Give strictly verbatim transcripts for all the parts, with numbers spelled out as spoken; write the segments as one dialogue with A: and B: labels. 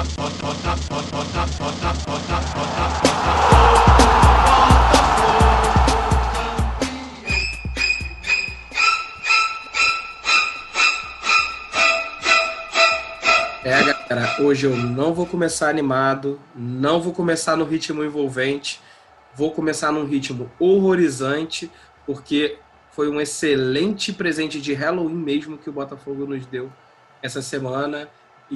A: É, galera, hoje eu não vou começar animado, não vou começar no ritmo envolvente, vou começar num ritmo horrorizante, porque foi um excelente presente de Halloween mesmo que o Botafogo nos deu essa semana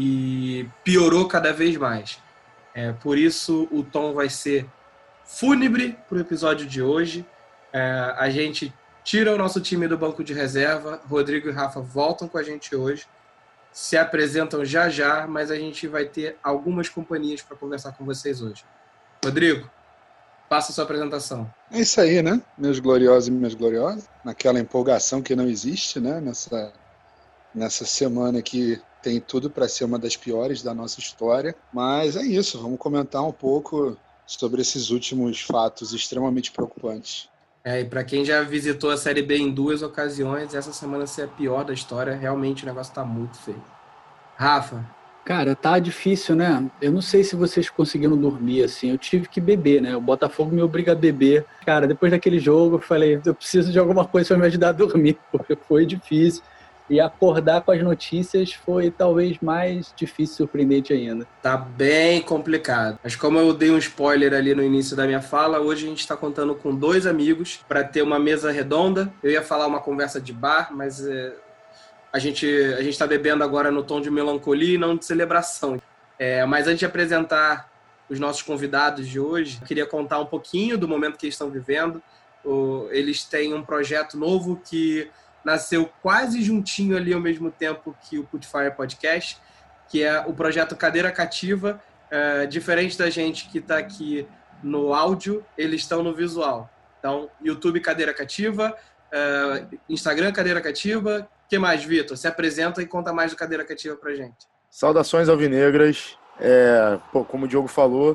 A: e piorou cada vez mais. É, por isso o tom vai ser fúnebre para o episódio de hoje. É, a gente tira o nosso time do banco de reserva, Rodrigo e Rafa voltam com a gente hoje, se apresentam já já, mas a gente vai ter algumas companhias para conversar com vocês hoje. Rodrigo, faça a sua apresentação.
B: É isso aí, né? Meus gloriosos e minhas gloriosas. Naquela empolgação que não existe, né? Nessa, nessa semana que tem tudo para ser uma das piores da nossa história. Mas é isso, vamos comentar um pouco sobre esses últimos fatos extremamente preocupantes.
A: É, e para quem já visitou a Série B em duas ocasiões, essa semana ser a pior da história, realmente o negócio tá muito feio. Rafa?
C: Cara, tá difícil, né? Eu não sei se vocês conseguiram dormir, assim. Eu tive que beber, né? O Botafogo me obriga a beber. Cara, depois daquele jogo, eu falei, eu preciso de alguma coisa para me ajudar a dormir, porque foi difícil. E acordar com as notícias foi talvez mais difícil e surpreendente ainda.
A: Tá bem complicado. Mas como eu dei um spoiler ali no início da minha fala, hoje a gente está contando com dois amigos para ter uma mesa redonda. Eu ia falar uma conversa de bar, mas é, a gente a gente está bebendo agora no tom de melancolia e não de celebração. É, mas antes de apresentar os nossos convidados de hoje, eu queria contar um pouquinho do momento que eles estão vivendo. O, eles têm um projeto novo que nasceu quase juntinho ali ao mesmo tempo que o Putfire Podcast, que é o projeto Cadeira Cativa. É, diferente da gente que está aqui no áudio, eles estão no visual. Então, YouTube Cadeira Cativa, é, Instagram Cadeira Cativa. O que mais, Vitor? Se apresenta e conta mais do Cadeira Cativa pra gente.
D: Saudações alvinegras. É, pô, como o Diogo falou,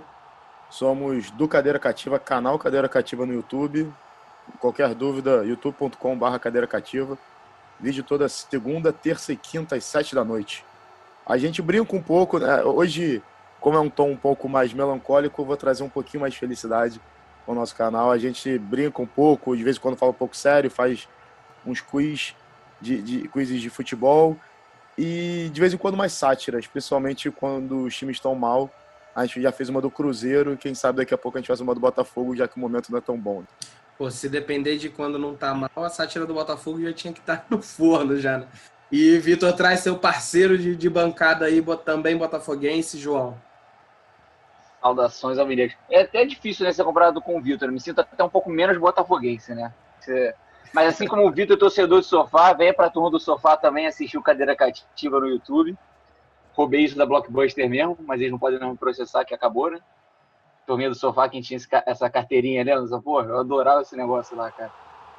D: somos do Cadeira Cativa, canal Cadeira Cativa no YouTube. Qualquer dúvida, youtube ponto com barra cadeira cativa. Vídeo toda segunda, terça e quinta às sete da noite. A gente brinca um pouco, né? Hoje, como é um tom um pouco mais melancólico, eu vou trazer um pouquinho mais de felicidade ao nosso canal. A gente brinca um pouco, de vez em quando fala um pouco sério, faz uns quiz de, de, quizzes de futebol e de vez em quando mais sátiras, principalmente quando os times estão mal. A gente já fez uma do Cruzeiro, quem sabe daqui a pouco a gente faz uma do Botafogo, já que o momento não é tão bom.
A: Pô, se depender de quando não tá mal, a sátira do Botafogo já tinha que estar no forno já, né? E Vitor traz seu parceiro de, de bancada aí, também botafoguense, João.
E: Saudações ao Mineiro. É até difícil, né, ser comparado com o Vitor. Eu me sinto até um pouco menos botafoguense, né? Mas assim como o Vitor, torcedor de sofá, venha pra turma do sofá também assistir o Cadeira Cativa no YouTube. Roubei isso da Blockbuster mesmo, mas eles não podem não me processar, que acabou, né? Turminha do sofá, quem tinha essa carteirinha ali, essa porra, eu adorava esse negócio lá, cara.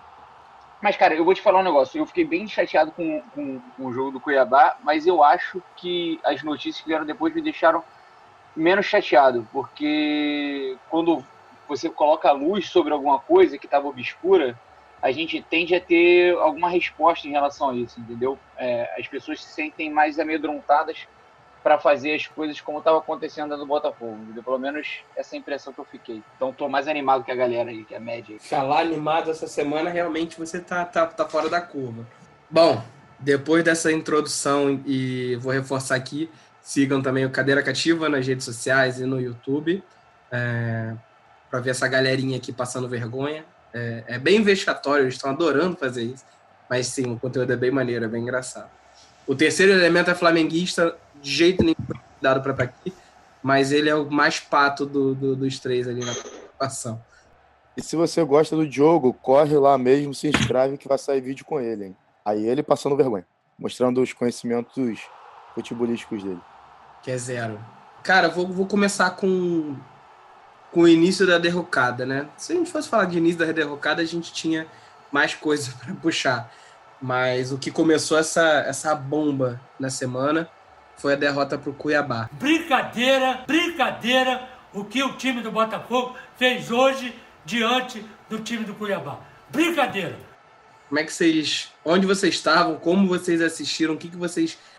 E: Mas, cara, eu vou te falar um negócio. Eu fiquei bem chateado com, com, com o jogo do Cuiabá, mas eu acho que as notícias que vieram depois me deixaram menos chateado, porque quando você coloca a luz sobre alguma coisa que estava obscura, a gente tende a ter alguma resposta em relação a isso, entendeu? É, as pessoas se sentem mais amedrontadas para fazer as coisas como estava acontecendo no Botafogo. Entendeu? Pelo menos essa é a impressão que eu fiquei. Então tô mais animado que a galera aí, que é a média.
A: Falar animado essa semana, realmente você tá, tá, tá fora da curva. Bom, depois dessa introdução, e vou reforçar aqui, sigam também o Cadeira Cativa nas redes sociais e no YouTube, é, para ver essa galerinha aqui passando vergonha. É, é bem vexatório, eles estão adorando fazer isso. Mas sim, o conteúdo é bem maneiro, é bem engraçado. O terceiro elemento é flamenguista, de jeito nenhum dado para estar aqui, mas ele é o mais pato do, do, dos três ali na participação.
D: E se você gosta do Diogo, corre lá mesmo, se inscreve que vai sair vídeo com ele, hein? Aí ele passando vergonha, mostrando os conhecimentos futebolísticos dele.
A: Que é zero. Cara, vou, vou começar com, com o início da derrocada, né? Se a gente fosse falar de início da derrocada, a gente tinha mais coisa para puxar. Mas o que começou essa, essa bomba na semana foi a derrota para o Cuiabá.
F: Brincadeira, brincadeira o que o time do Botafogo fez hoje diante do time do Cuiabá. Brincadeira.
A: Como é que vocês... Onde vocês estavam? Como vocês assistiram? O que, que vocês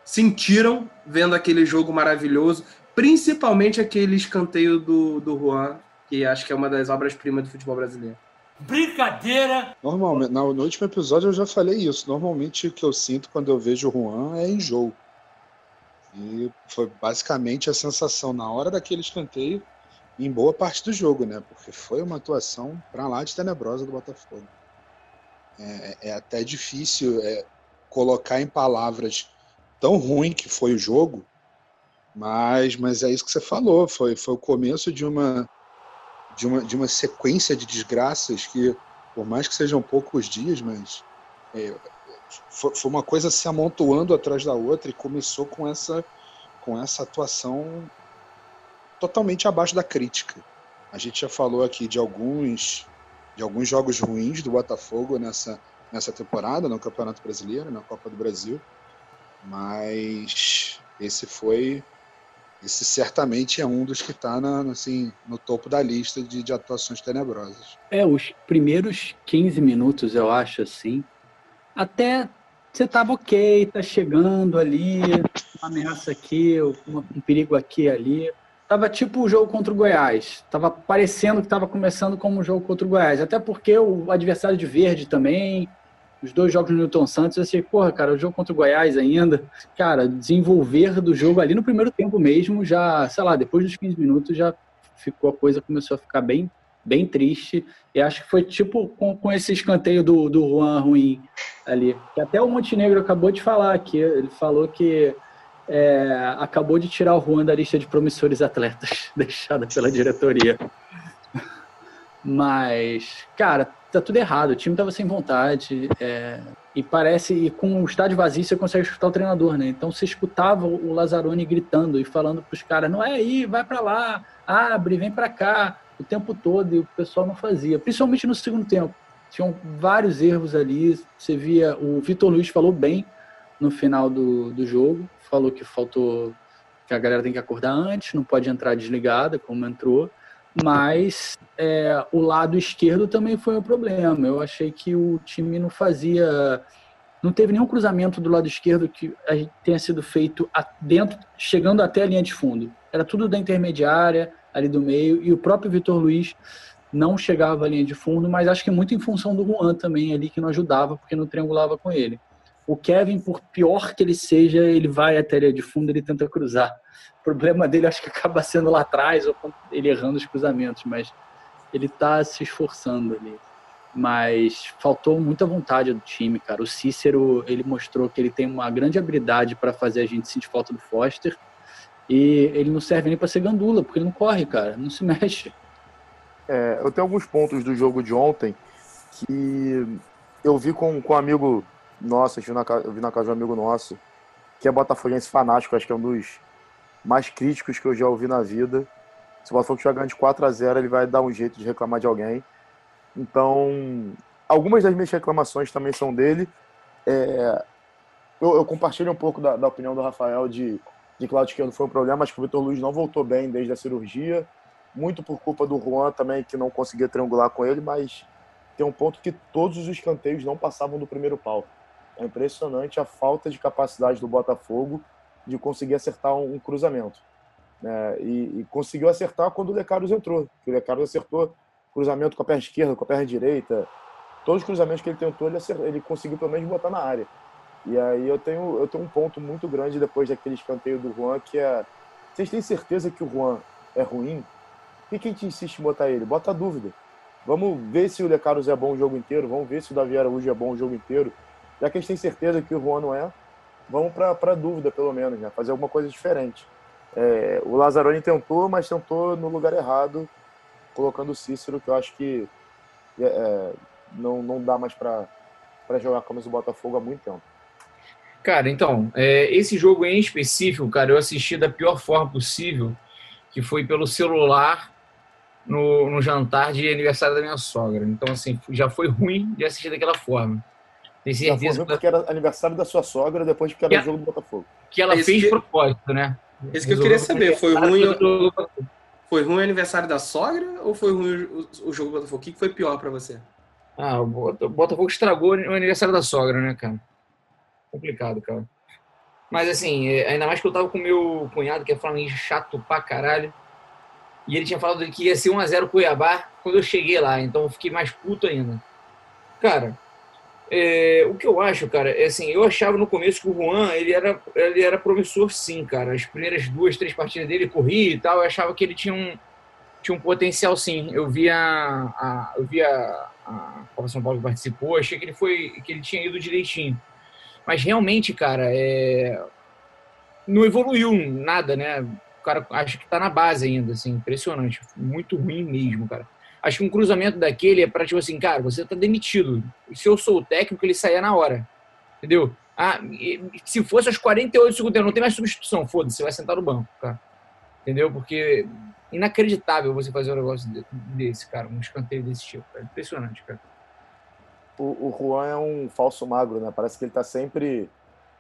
A: sentiram vendo aquele jogo maravilhoso, principalmente aquele escanteio do, do Juan, que acho que é uma das obras-primas do futebol brasileiro.
F: Brincadeira!
B: Normalmente, no último episódio eu já falei isso. Normalmente o que eu sinto quando eu vejo o Juan é enjoo. E foi basicamente a sensação na hora daquele escanteio, em boa parte do jogo, né? Porque foi uma atuação pra lá de tenebrosa do Botafogo. É, é até difícil é, colocar em palavras tão ruim que foi o jogo, mas, mas é isso que você falou. Foi, foi o começo de uma, de, uma, de uma sequência de desgraças que, por mais que sejam poucos dias, mas é, foi, foi uma coisa se amontoando atrás da outra e começou com essa, com essa atuação totalmente abaixo da crítica. A gente já falou aqui de alguns, de alguns jogos ruins do Botafogo nessa, nessa temporada, no Campeonato Brasileiro, na Copa do Brasil, mas esse foi, esse certamente é um dos que está assim, no topo da lista de, de atuações tenebrosas.
C: É, os primeiros quinze minutos, eu acho, assim, até você tava ok, tá chegando ali, uma ameaça aqui, uma, um perigo aqui e ali. Tava tipo o jogo contra o Goiás. Tava parecendo que tava começando como um jogo contra o Goiás. Até porque o adversário de verde também, os dois jogos no Newton Santos, eu achei, porra, cara, o jogo contra o Goiás ainda. Cara, desenvolver do jogo ali no primeiro tempo mesmo, já, sei lá, depois dos quinze minutos já ficou, a coisa começou a ficar bem, bem triste. E acho que foi tipo com, com esse escanteio do, do Juan ruim ali. Que até o Montenegro acabou de falar aqui. Ele falou que É, acabou de tirar o Juan da lista de promissores atletas deixada pela diretoria. Mas, cara, tá tudo errado. O time tava sem vontade é, e parece, e com o estádio vazio você consegue escutar o treinador, né? Então você escutava o Lazzaroni gritando e falando pros caras, não é aí, vai pra lá, abre, vem pra cá, o tempo todo, e o pessoal não fazia, principalmente no segundo tempo. Tinham vários erros ali, você via, o Vitor Luiz falou bem no final do, do jogo, falou que faltou, que a galera tem que acordar antes, não pode entrar desligada, como entrou, mas é, o lado esquerdo também foi um problema. Eu achei que o time não fazia, não teve nenhum cruzamento do lado esquerdo que tenha sido feito dentro, chegando até a linha de fundo. Era tudo da intermediária, ali do meio, e o próprio Vitor Luiz não chegava à linha de fundo, mas acho que muito em função do Juan também ali, que não ajudava, porque não triangulava com ele. O Kevin, por pior que ele seja, ele vai até a linha de fundo, ele tenta cruzar. O problema dele, acho que acaba sendo lá atrás, ou ele errando os cruzamentos, mas ele está se esforçando ali. Mas faltou muita vontade do time, cara. O Cícero, ele mostrou que ele tem uma grande habilidade para fazer a gente sentir falta do Foster, e ele não serve nem para ser gandula, porque ele não corre, cara, não se mexe.
D: É, eu tenho alguns pontos do jogo de ontem que eu vi com, com um amigo nosso, eu vi, na, eu vi na casa de um amigo nosso, que é botafoguense fanático, acho que é um dos mais críticos que eu já ouvi na vida. Se o Botafogo estiver ganhando de quatro a zero, ele vai dar um jeito de reclamar de alguém. Então, algumas das minhas reclamações também são dele. É, eu, eu compartilho um pouco da, da opinião do Rafael de, de que o lado esquerdo foi um problema, mas que o Vitor Luiz não voltou bem desde a cirurgia, muito por culpa do Juan também, que não conseguia triangular com ele, mas tem um ponto que todos os escanteios não passavam do primeiro pau. É impressionante a falta de capacidade do Botafogo de conseguir acertar um, um cruzamento. É, e, e conseguiu acertar quando o Lecaros entrou. O Lecaros acertou cruzamento com a perna esquerda, com a perna direita. Todos os cruzamentos que ele tentou, ele, acertou, ele conseguiu pelo menos botar na área. E aí eu tenho, eu tenho um ponto muito grande depois daquele escanteio do Juan, que é... Vocês têm certeza que o Juan é ruim? Por que a gente insiste em botar ele? Bota a dúvida. Vamos ver se o Lecaros é bom o jogo inteiro, vamos ver se o Davi Araújo é bom o jogo inteiro. Já que a gente tem certeza que o Juan não é, vamos para a dúvida, pelo menos, né? Fazer alguma coisa diferente. É, o Lazzaroni tentou, mas tentou no lugar errado, colocando o Cícero, que eu acho que é, não, não dá mais para jogar como o Botafogo há muito tempo.
G: Cara, então, é, esse jogo em específico, cara, eu assisti da pior forma possível, que foi pelo celular no, no jantar de aniversário da minha sogra. Então, assim, já foi ruim de assistir daquela forma. Tem certeza
D: porque era aniversário da sua sogra, depois que era o jogo do Botafogo.
G: Que ela fez de propósito, né?
A: Esse que eu queria saber, foi ruim, foi ruim o aniversário da sogra ou foi ruim o, o jogo do Botafogo? O que foi pior pra você?
G: Ah, o Botafogo estragou o aniversário da sogra, né, cara? Complicado, cara. Mas assim, é, ainda mais que eu tava com o meu cunhado, que é flamenguista chato pra caralho. E ele tinha falado que ia ser um a zero Cuiabá quando eu cheguei lá. Então eu fiquei mais puto ainda. Cara, é, o que eu acho, cara, é assim, eu achava no começo que o Juan, ele era, ele era promissor sim, cara. As primeiras duas, três partidas dele, corria e tal, eu achava que ele tinha um, tinha um potencial sim. Eu via a, eu via a Copa São Paulo que participou, achei que ele foi, que ele tinha ido direitinho. Mas realmente, cara, é, não evoluiu nada, né? O cara acho que tá na base ainda, assim, impressionante. Muito ruim mesmo, cara. Acho que um cruzamento daquele é pra, tipo assim, cara, você tá demitido. Se eu sou o técnico, ele saia na hora. Entendeu? Ah, se fosse aos quarenta e oito segundos, não tem mais substituição, foda-se, você vai sentar no banco, cara. Entendeu? Porque inacreditável você fazer um negócio desse, cara, um escanteio desse tipo. É impressionante, cara.
D: O, o Juan é um falso magro, né? Parece que ele tá sempre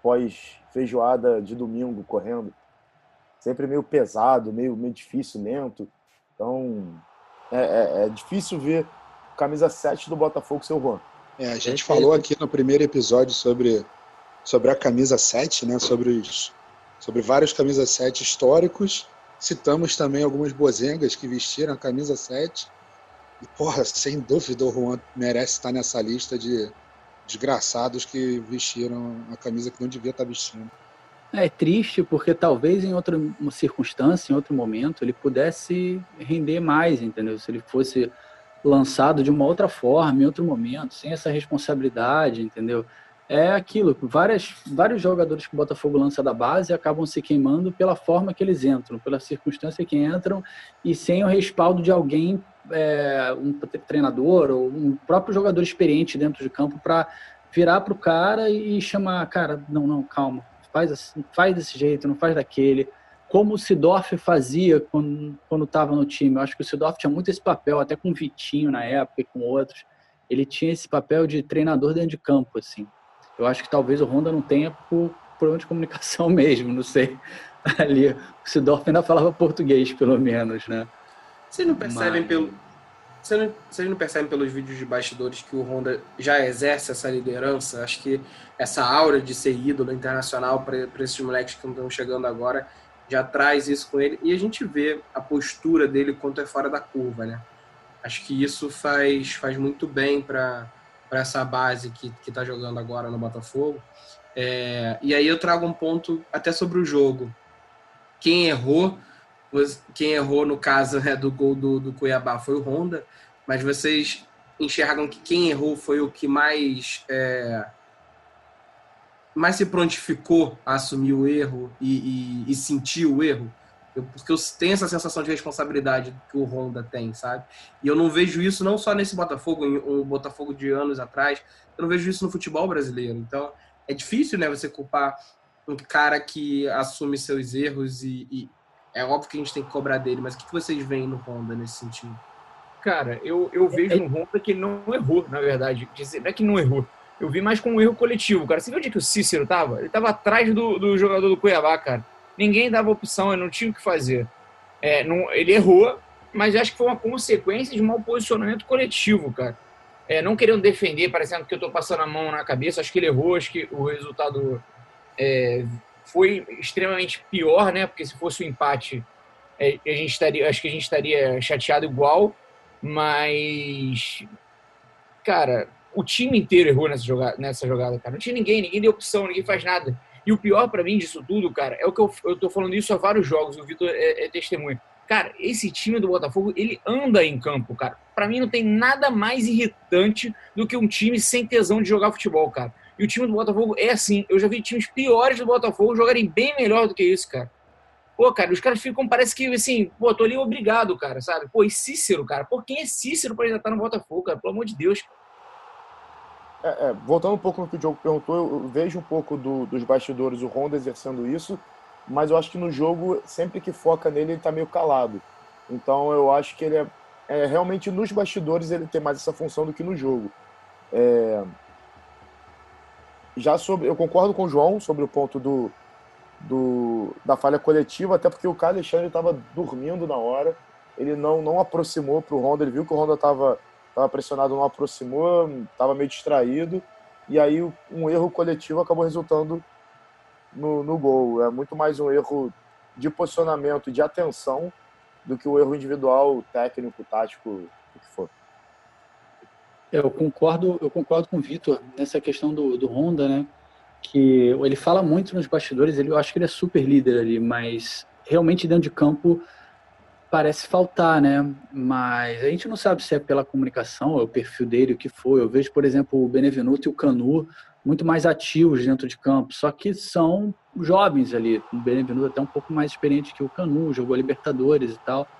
D: pós-feijoada de domingo correndo. Sempre meio pesado, meio, meio difícil, lento. Então, é, é, é difícil ver camisa sete do Botafogo ser o Juan.
B: É, a gente falou aqui no primeiro episódio sobre, sobre a camisa sete, né? Sobre, os, sobre vários camisas sete históricos. Citamos também algumas bozengas que vestiram a camisa sete. E, porra, sem dúvida o Juan merece estar nessa lista de desgraçados que vestiram a camisa que não devia estar vestindo.
C: É triste porque talvez em outra circunstância, em outro momento, ele pudesse render mais, entendeu? Se ele fosse lançado de uma outra forma, em outro momento, sem essa responsabilidade, entendeu? É aquilo, várias, vários jogadores que o Botafogo lança da base acabam se queimando pela forma que eles entram, pela circunstância que entram e sem o respaldo de alguém, é, um treinador ou um próprio jogador experiente dentro de campo para virar para o cara e chamar, cara, não, não, calma, faz, assim, faz desse jeito, não faz daquele. Como o Seedorf fazia quando estava no time. Eu acho que o Seedorf tinha muito esse papel, até com o Vitinho na época e com outros. Ele tinha esse papel de treinador dentro de campo, assim. Eu acho que talvez o Honda não tenha por problema de comunicação mesmo, não sei. Ali, o Seedorf ainda falava português, pelo menos, né?
A: Vocês não percebem
C: Mas...
A: pelo... Vocês não, vocês não percebem pelos vídeos de bastidores que o Honda já exerce essa liderança? Acho que essa aura de ser ídolo internacional para esses moleques que estão chegando agora já traz isso com ele. E a gente vê a postura dele quanto é fora da curva, né? Acho que isso faz, faz muito bem para essa base que está jogando agora no Botafogo. É, e aí eu trago um ponto até sobre o jogo. Quem errou, quem errou no caso, né, do gol do, do Cuiabá foi o Honda, mas vocês enxergam que quem errou foi o que mais... É, mais se prontificou a assumir o erro e, e, e sentir o erro, eu, porque eu tenho essa sensação de responsabilidade que o Honda tem, sabe? E eu não vejo isso não só nesse Botafogo, o Botafogo de anos atrás, eu não vejo isso no futebol brasileiro. Então, é difícil, né, você culpar um cara que assume seus erros e, e é óbvio que a gente tem que cobrar dele, mas o que vocês veem no Honda nesse sentido?
G: Cara, eu, eu vejo no Honda que ele não errou, na verdade. Não é que não errou. Eu vi mais como um erro coletivo, cara. Você viu onde que o Cícero tava? Ele tava atrás do, do jogador do Cuiabá, cara. Ninguém dava opção, ele não tinha o que fazer. É, não, ele errou, mas acho que foi uma consequência de um mau posicionamento coletivo, cara. É, não querendo defender, parecendo que eu tô passando a mão na cabeça, acho que ele errou, acho que o resultado é, foi extremamente pior, né? Porque se fosse o um empate, é, a gente estaria, acho que a gente estaria chateado igual, mas, cara... O time inteiro errou nessa jogada, nessa jogada, cara. Não tinha ninguém, ninguém deu opção, ninguém faz nada. E o pior pra mim disso tudo, cara, é o que eu, eu tô falando isso há vários jogos, o Vitor é, é testemunha. Cara, esse time do Botafogo, ele anda em campo, cara. Pra mim não tem nada mais irritante do que um time sem tesão de jogar futebol, cara. E o time do Botafogo é assim. Eu já vi times piores do Botafogo jogarem bem melhor do que isso, cara. Pô, cara, os caras ficam, parece que, assim, pô, tô ali obrigado, cara, sabe? Pô, e Cícero, cara? Pô, quem é Cícero pra ainda estar no Botafogo, cara? Pelo amor de Deus, cara.
D: É, é, voltando um pouco no que o Diogo perguntou, eu, eu vejo um pouco do, dos bastidores o Honda exercendo isso, mas eu acho que no jogo, sempre que foca nele, ele tá meio calado. Então eu acho que ele é, é realmente nos bastidores ele tem mais essa função do que no jogo. É, já sobre, eu concordo com o João sobre o ponto do, do, da falha coletiva, até porque o Caio Alexandre estava dormindo na hora, ele não, não aproximou para o Honda, ele viu que o Honda estava estava pressionado, não aproximou, estava meio distraído, e aí um erro coletivo acabou resultando no, no gol. É muito mais um erro de posicionamento, de atenção, do que o erro individual, técnico, tático, o que for.
C: Eu concordo, eu concordo com o Vitor nessa questão do, do Honda, né? Que ele fala muito nos bastidores, ele, eu acho que ele é super líder ali, mas realmente dentro de campo parece faltar, né? Mas a gente não sabe se é pela comunicação, é o perfil dele, o que for. Eu vejo, por exemplo, o Benevenuto e o Canu muito mais ativos dentro de campo, só que são jovens ali. O Benevenuto até um pouco mais experiente que o Canu, jogou Libertadores e tal.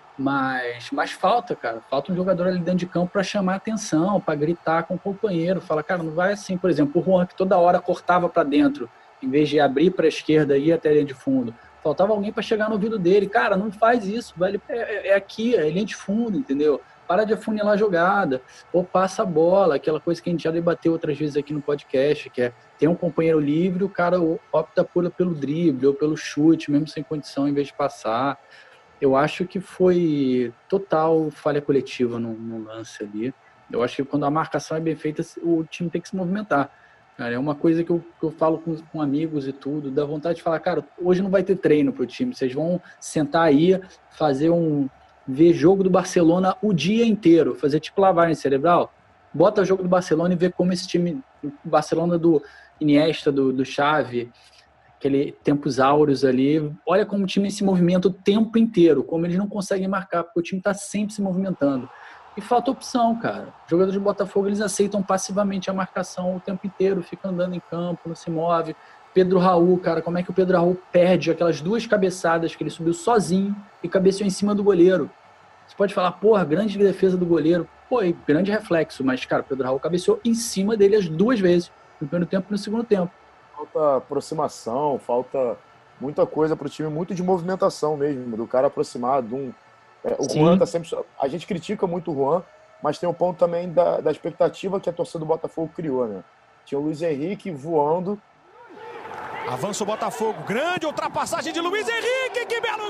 C: Mas, mas falta, cara. Falta um jogador ali dentro de campo para chamar atenção, para gritar com o companheiro. Fala, cara, não vai assim. Por exemplo, o Juan, que toda hora cortava para dentro, em vez de abrir para a esquerda e ir até a linha de fundo. Faltava alguém para chegar no ouvido dele. Cara, não faz isso, velho. É, é aqui, é linha de fundo, entendeu? Para de afunilar a jogada. Ou passa a bola. Aquela coisa que a gente já debateu outras vezes aqui no podcast, que é ter um companheiro livre, o cara opta por, pelo drible ou pelo chute, mesmo sem condição, em vez de passar. Eu acho que foi total falha coletiva no, no lance ali. Eu acho que quando a marcação é bem feita, o time tem que se movimentar. Cara, é uma coisa que eu, que eu falo com, com amigos e tudo, dá vontade de falar, cara, hoje não vai ter treino pro time, vocês vão sentar aí, fazer um... ver jogo do Barcelona o dia inteiro, fazer tipo lavagem cerebral. Bota o jogo do Barcelona e vê como esse time, o Barcelona do Iniesta, do, do Xavi, aquele tempos áureos ali, olha como o time se movimenta o tempo inteiro, como eles não conseguem marcar, porque o time está sempre se movimentando. E falta opção, cara. Os jogadores do Botafogo, eles aceitam passivamente a marcação o tempo inteiro, ficam andando em campo, não se move. Pedro Raul, cara, como é que o Pedro Raul perde aquelas duas cabeçadas que ele subiu sozinho e cabeceou em cima do goleiro? Você pode falar, porra, grande defesa do goleiro. Pô, grande reflexo, mas, cara, o Pedro Raul cabeceou em cima dele as duas vezes, no primeiro tempo e no segundo tempo.
D: Falta aproximação, falta muita coisa para o time, muito de movimentação mesmo, do cara aproximar de um... É, o Sim. Juan tá sempre... A gente critica muito o Juan, mas tem o ponto também da, da expectativa que a torcida do Botafogo criou, né? Tinha o Luiz Henrique voando.
H: Avança o Botafogo, grande ultrapassagem de Luiz Henrique, que belo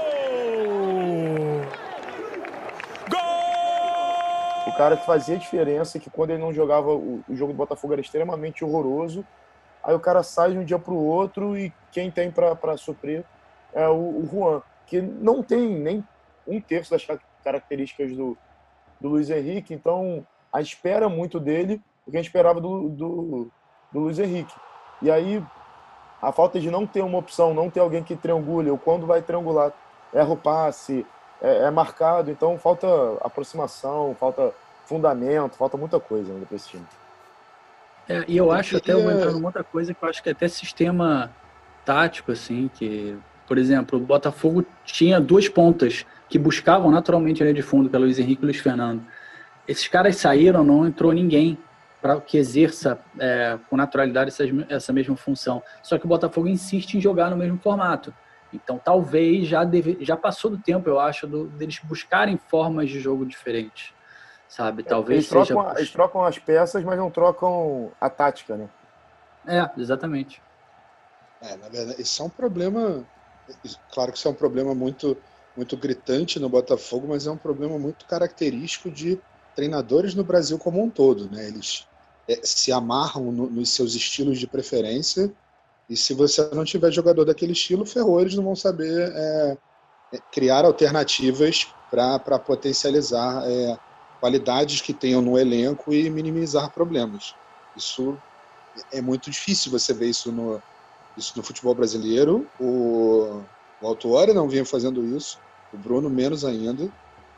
H: gol! Gol!
D: O cara que fazia diferença, que quando ele não jogava, o, o jogo do Botafogo era extremamente horroroso. Aí o cara sai de um dia para o outro e quem tem para suprir é o, o Juan, que não tem nem um terço das características do, do Luiz Henrique. Então, a gente espera muito dele, o que a gente esperava do, do, do Luiz Henrique. E aí, a falta de não ter uma opção, não ter alguém que triangule, ou quando vai triangular, erra o passe, é, é marcado. Então, falta aproximação, falta fundamento, falta muita coisa ainda para esse time.
C: É, e eu acho, até eu vou entrar numa outra coisa, que eu acho que é até sistema tático, assim, que, por exemplo, o Botafogo tinha duas pontas que buscavam naturalmente a linha de fundo, que é Luiz Henrique e Luiz Fernando. Esses caras saíram, não entrou ninguém para que exerça é, com naturalidade essa, essa mesma função. Só que o Botafogo insiste em jogar no mesmo formato. Então, talvez já, deve, já passou do tempo, eu acho, do, deles buscarem formas de jogo diferentes. Sabe? Talvez
D: eles, trocam,
C: seja...
D: eles trocam as peças, mas não trocam a tática, né?
C: É, exatamente.
B: É, na verdade, isso é um problema... Claro que isso é um problema muito, muito gritante no Botafogo, mas é um problema muito característico de treinadores no Brasil como um todo, né? Eles é, se amarram no, nos seus estilos de preferência, e se você não tiver jogador daquele estilo, ferrou, eles não vão saber é, é, criar alternativas para potencializar... É, qualidades que tenham no elenco e minimizar problemas. Isso é muito difícil você ver isso no, isso no futebol brasileiro. O, o Autuori não vinha fazendo isso, o Bruno menos ainda.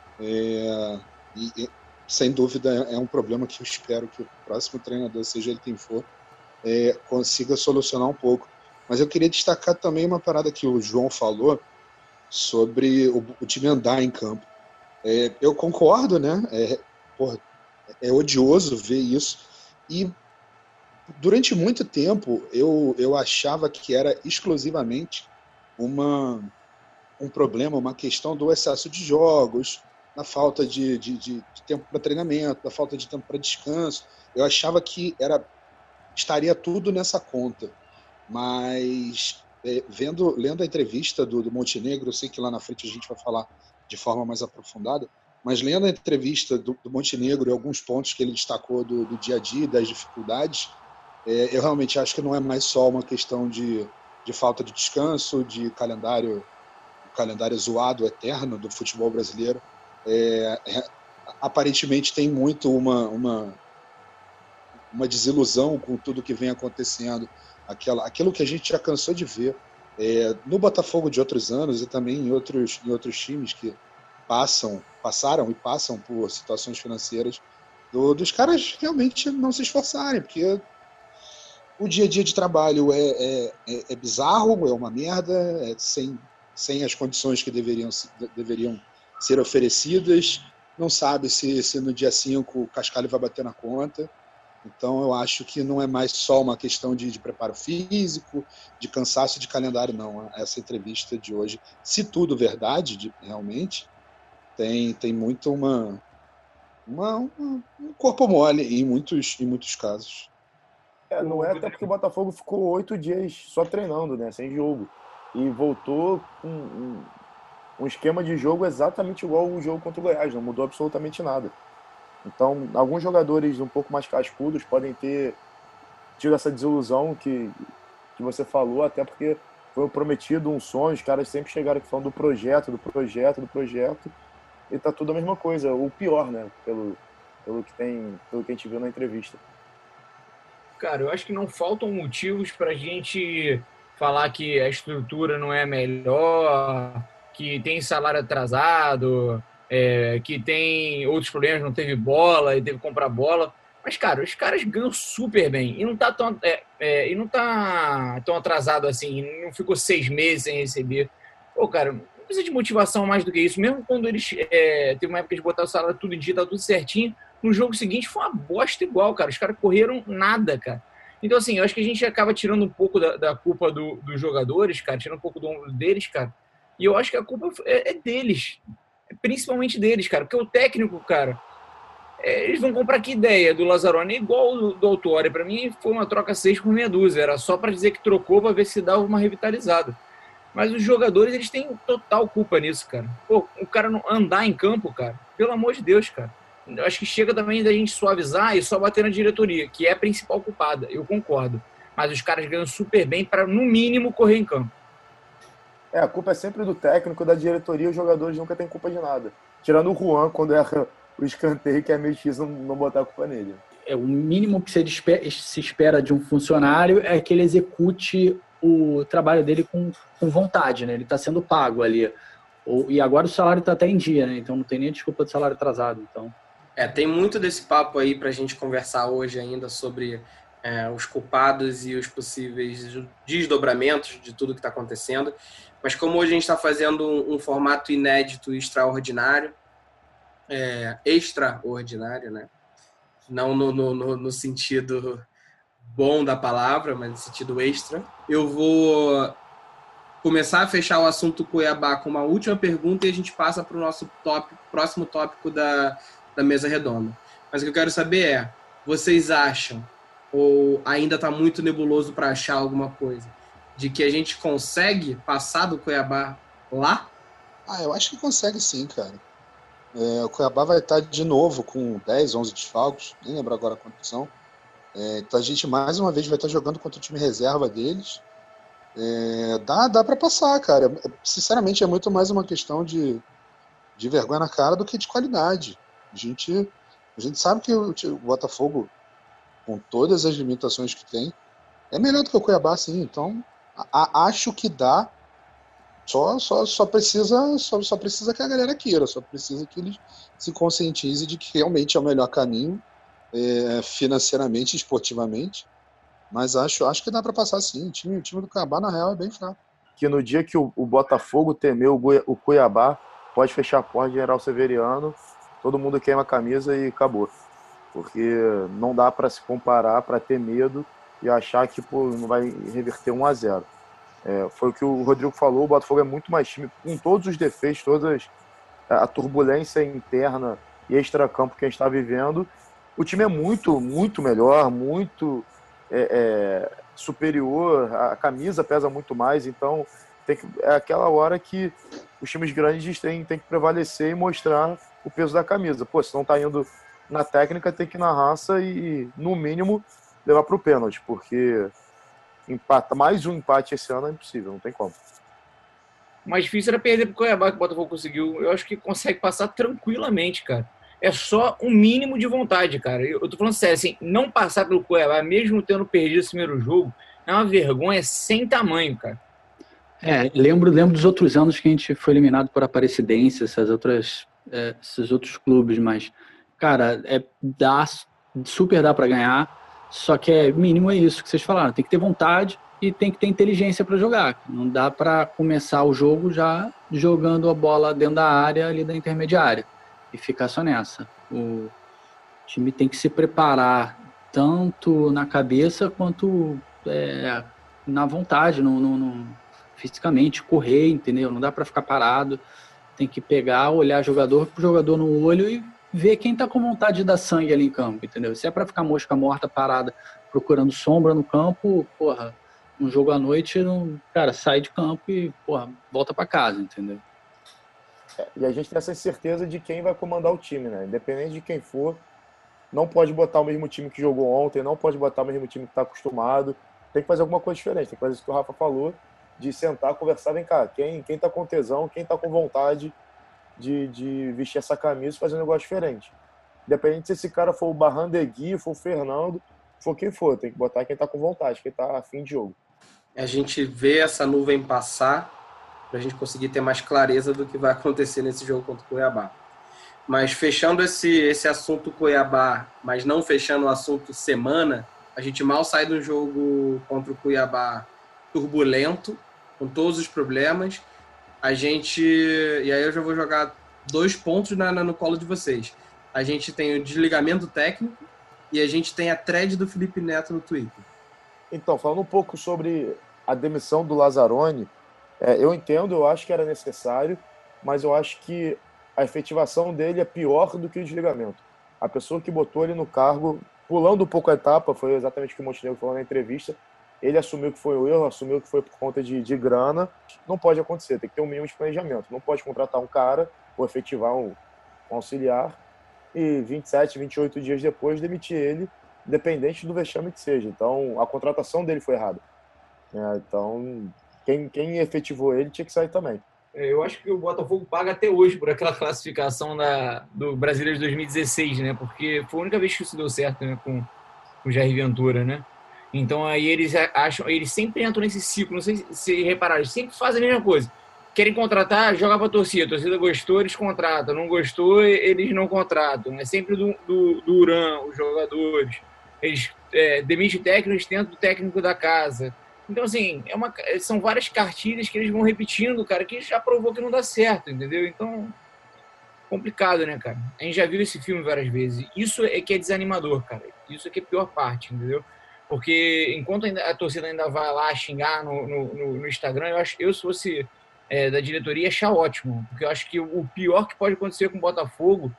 B: É, e, e, sem dúvida, é um problema que eu espero que o próximo treinador, seja ele quem for, é, consiga solucionar um pouco. Mas eu queria destacar também uma parada que o João falou sobre o, o time andar em campo. É, eu concordo, né? É, porra, é odioso ver isso. E durante muito tempo eu, eu achava que era exclusivamente uma, um problema, uma questão do excesso de jogos, da falta de, de, de, de tempo para treinamento, da falta de tempo para descanso. Eu achava que era, estaria tudo nessa conta. Mas é, vendo, lendo a entrevista do, do Montenegro, eu sei que lá na frente a gente vai falar de forma mais aprofundada, mas lendo a entrevista do, do Montenegro e alguns pontos que ele destacou do, do dia a dia, das dificuldades, é, eu realmente acho que não é mais só uma questão de, de falta de descanso, de calendário, calendário zoado eterno do futebol brasileiro. É, é, aparentemente tem muito uma, uma, uma desilusão com tudo que vem acontecendo, aquela, aquilo que a gente já cansou de ver é, no Botafogo de outros anos e também em outros, em outros times que passam, passaram e passam por situações financeiras do, dos caras realmente não se esforçarem, porque o dia a dia de trabalho é, é, é, é bizarro, é uma merda, é sem, sem as condições que deveriam, deveriam ser oferecidas, não sabe se, se no dia cinco o cascalho vai bater na conta. Então eu acho que não é mais só uma questão de, de preparo físico, de cansaço de calendário, não. Essa entrevista de hoje, se tudo verdade, de, realmente, tem, tem muito uma, uma, uma, um corpo mole em muitos, em muitos casos.
D: É, não é até porque o Botafogo ficou oito dias só treinando, né, sem jogo. E voltou com um, um esquema de jogo exatamente igual ao jogo contra o Goiás, não mudou absolutamente nada. Então, alguns jogadores um pouco mais cascudos podem ter tido essa desilusão que, que você falou, até porque foi prometido um sonho, os caras sempre chegaram aqui falando do projeto, do projeto, do projeto, e tá tudo a mesma coisa, ou pior, né, pelo, pelo, que tem, pelo que a gente viu na entrevista.
G: Cara, eu acho que não faltam motivos pra gente falar que a estrutura não é melhor, que tem salário atrasado, é, que tem outros problemas, não teve bola e teve que comprar bola. Mas, cara, os caras ganham super bem. E não tá tão, é, é, e não tá tão atrasado assim, não ficou seis meses sem receber. Pô, cara, não precisa de motivação mais do que isso. Mesmo quando eles... É, teve uma época de botar o salário tudo em dia, tá tudo certinho. No jogo seguinte foi uma bosta igual, cara. Os caras correram nada, cara. Então, assim, eu acho que a gente acaba tirando um pouco da, da culpa do, dos jogadores, cara, tirando um pouco do ombro deles, cara. E eu acho que a culpa é, é deles. Principalmente deles, cara. Porque o técnico, cara, é, eles vão comprar que ideia do Lazzaroni? É igual do, do Autuori. Pra mim foi uma troca seis por meia dúzia. Era só pra dizer que trocou pra ver se dava uma revitalizada. Mas os jogadores, eles têm total culpa nisso, cara. Pô, o cara não andar em campo, cara, pelo amor de Deus, cara. Eu acho que chega também da gente suavizar e só bater na diretoria, que é a principal culpada, eu concordo. Mas os caras ganham super bem para, no mínimo, correr em campo.
D: É, a culpa é sempre do técnico, da diretoria, os jogadores nunca têm culpa de nada. Tirando o Juan, quando erra o escanteio, que é meio X, não, não botar a culpa nele.
C: É, o mínimo que se espera de um funcionário é que ele execute o trabalho dele com, com vontade, né? Ele está sendo pago ali. O, e agora o salário está até em dia, né? Então não tem nem desculpa de salário atrasado, então...
A: É, tem muito desse papo aí para a gente conversar hoje ainda sobre é, os culpados e os possíveis desdobramentos de tudo que está acontecendo. Mas como hoje a gente está fazendo um, um formato inédito e extraordinário, é, extraordinário, né? Não no, no, no sentido bom da palavra, mas no sentido extra, eu vou começar a fechar o assunto Cuiabá com uma última pergunta e a gente passa para o nosso top, próximo tópico da... da mesa redonda. Mas o que eu quero saber é, vocês acham, ou ainda está muito nebuloso para achar alguma coisa, de que a gente consegue passar do Cuiabá lá?
B: Ah, eu acho que consegue sim, cara. É, o Cuiabá vai estar de novo com dez, onze desfalques, nem lembro agora quantos são. É, então a gente mais uma vez vai estar jogando contra o time reserva deles. É, dá dá para passar, cara. Sinceramente, é muito mais uma questão de, de vergonha na cara do que de qualidade. A gente, a gente sabe que o, o Botafogo, com todas as limitações que tem, é melhor do que o Cuiabá, sim. Então, a, acho que dá. Só, só, só, precisa, só, só precisa que a galera queira, só precisa que eles se conscientizem de que realmente é o melhor caminho, é, financeiramente e esportivamente. Mas acho, acho que dá para passar, sim. O time, o time do Cuiabá, na real, é bem fraco.
D: Que no dia que o, o Botafogo temeu o Cuiabá, pode fechar a porta de General Severiano, todo mundo queima a camisa e acabou. Porque não dá para se comparar, para ter medo e achar que pô, não vai reverter um a zero. É, foi o que o Rodrigo falou, o Botafogo é muito mais time, com todos os defeitos, toda a turbulência interna e extracampo que a gente está vivendo. O time é muito, muito melhor, muito é, é, superior, a camisa pesa muito mais, então tem que, é aquela hora que os times grandes têm, têm que prevalecer e mostrar o peso da camisa. Pô, se não tá indo na técnica, tem que ir na raça e, no mínimo, levar pro pênalti, porque empata, mais um empate esse ano é impossível, não tem como.
G: O mais difícil era perder pro Cuiabá, que o Botafogo conseguiu. Eu acho que consegue passar tranquilamente, cara. É só um mínimo de vontade, cara. Eu, eu tô falando sério, assim, não passar pelo Cuiabá, mesmo tendo perdido esse primeiro jogo, é uma vergonha sem tamanho, cara.
C: É, lembro, lembro dos outros anos que a gente foi eliminado por Aparecidense, essas outras, é, esses outros clubes, mas, cara, é, dá, super dá para ganhar, só que é mínimo é isso que vocês falaram, tem que ter vontade e tem que ter inteligência para jogar. Não dá para começar o jogo já jogando a bola dentro da área ali da intermediária e ficar só nessa. O time tem que se preparar tanto na cabeça quanto é, na vontade, no, no, no, fisicamente, correr, entendeu? Não dá para ficar parado, tem que pegar, olhar jogador por jogador no olho e ver quem tá com vontade de dar sangue ali em campo, entendeu? Se é para ficar mosca morta, parada, procurando sombra no campo, porra, um jogo à noite, não, cara, sai de campo e, porra, volta para casa, entendeu?
D: É, e a gente tem essa certeza de quem vai comandar o time, né? Independente de quem for, não pode botar o mesmo time que jogou ontem, não pode botar o mesmo time que está acostumado, tem que fazer alguma coisa diferente, tem que fazer isso que o Rafa falou, de sentar, conversar, vem cá, quem, quem tá com tesão, quem tá com vontade de, de vestir essa camisa e fazer um negócio diferente. Independente se esse cara for o Barrandegui, for o Fernando, for quem for, tem que botar quem tá com vontade, quem tá afim de jogo.
A: A gente vê essa nuvem passar para a gente conseguir ter mais clareza do que vai acontecer nesse jogo contra o Cuiabá. Mas fechando esse, esse assunto Cuiabá, mas não fechando o assunto semana, a gente mal sai do jogo contra o Cuiabá turbulento, com todos os problemas. A gente... E aí eu já vou jogar dois pontos na, na, no colo de vocês. A gente tem o desligamento técnico e a gente tem a thread do Felipe Neto no Twitter.
D: Então, falando um pouco sobre a demissão do Lazzaroni, é, eu entendo, eu acho que era necessário, mas eu acho que a efetivação dele é pior do que o desligamento. A pessoa que botou ele no cargo, pulando um pouco a etapa, foi exatamente o que o Montenegro falou na entrevista, ele assumiu que foi o erro, assumiu que foi por conta de, de grana. Não pode acontecer, tem que ter um mínimo de planejamento. Não pode contratar um cara ou efetivar um, um auxiliar e vinte e sete, vinte e oito dias depois demitir ele, independente do vexame que seja. Então, a contratação dele foi errada. É, então, quem, quem efetivou ele tinha que sair também.
G: Eu acho que o Botafogo paga até hoje por aquela classificação da, do Brasileiro de dois mil e dezesseis, né? Porque foi a única vez que isso deu certo, né? Com, com o Jair Ventura, né? Então aí eles acham, eles sempre entram nesse ciclo, não sei se repararam, eles sempre fazem a mesma coisa. Querem contratar, joga pra torcida, a torcida gostou, eles contratam, não gostou, eles não contratam. É sempre do, do, do Uran, os jogadores. Eles é, demitem técnicos dentro do técnico da casa. Então, assim, é uma, são várias cartilhas que eles vão repetindo, cara, que já provou que não dá certo, entendeu? Então, complicado, né, cara? A gente já viu esse filme várias vezes. Isso é que é desanimador, cara. Isso é que é a pior parte, entendeu? Porque enquanto a torcida ainda vai lá xingar no, no, no Instagram, eu, acho, eu se fosse é, da diretoria, ia achar ótimo. Porque eu acho que o pior que pode acontecer com o Botafogo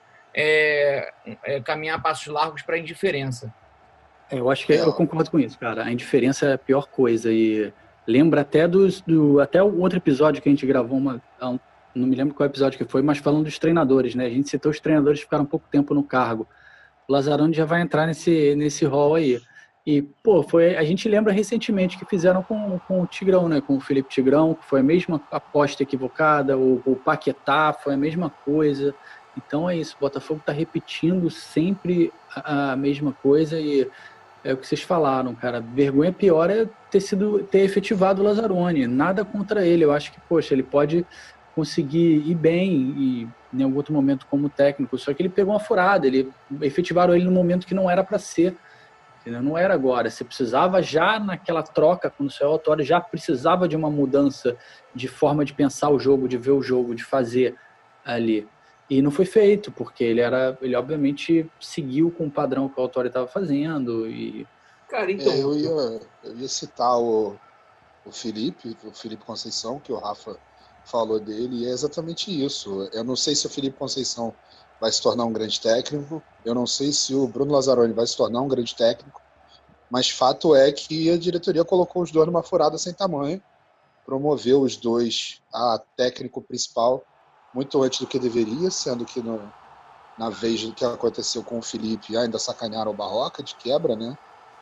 G: é, é caminhar passos largos para a indiferença.
C: Eu acho que eu concordo com isso, cara. A indiferença é a pior coisa. E lembra até dos, do até o outro episódio que a gente gravou, uma, não me lembro qual episódio que foi, mas falando dos treinadores, né? A gente citou os treinadores que ficaram um pouco tempo no cargo. O Lazzaroni já vai entrar nesse, nesse rol aí. E, pô, foi, a gente lembra recentemente que fizeram com, com o Tigrão, né? Com o Felipe Tigrão, que foi a mesma aposta equivocada, o, o Paquetá foi a mesma coisa. Então é isso, o Botafogo está repetindo sempre a, a mesma coisa e é o que vocês falaram, cara. Vergonha pior é ter, sido, ter efetivado o Lazzaroni. Nada contra ele. Eu acho que, poxa, ele pode conseguir ir bem e, em algum outro momento como técnico. Só que ele pegou uma furada. Ele, efetivaram ele no momento que não era para ser. Entendeu? Não era agora. Você precisava já naquela troca, quando saiu o Autório, já precisava de uma mudança de forma de pensar o jogo, de ver o jogo, de fazer ali. E não foi feito, porque ele era, ele obviamente seguiu com o padrão que o Autório estava fazendo. E...
B: Cara, então... É, eu, ia, eu ia citar o, o Felipe, o Felipe Conceição, que o Rafa falou dele, e é exatamente isso. Eu não sei se o Felipe Conceição vai se tornar um grande técnico, eu não sei se o Bruno Lazzaroni vai se tornar um grande técnico, mas fato é que a diretoria colocou os dois numa furada sem tamanho, promoveu os dois a técnico principal muito antes do que deveria, sendo que no, na vez do que aconteceu com o Felipe ainda sacanearam o Barroca de quebra, né?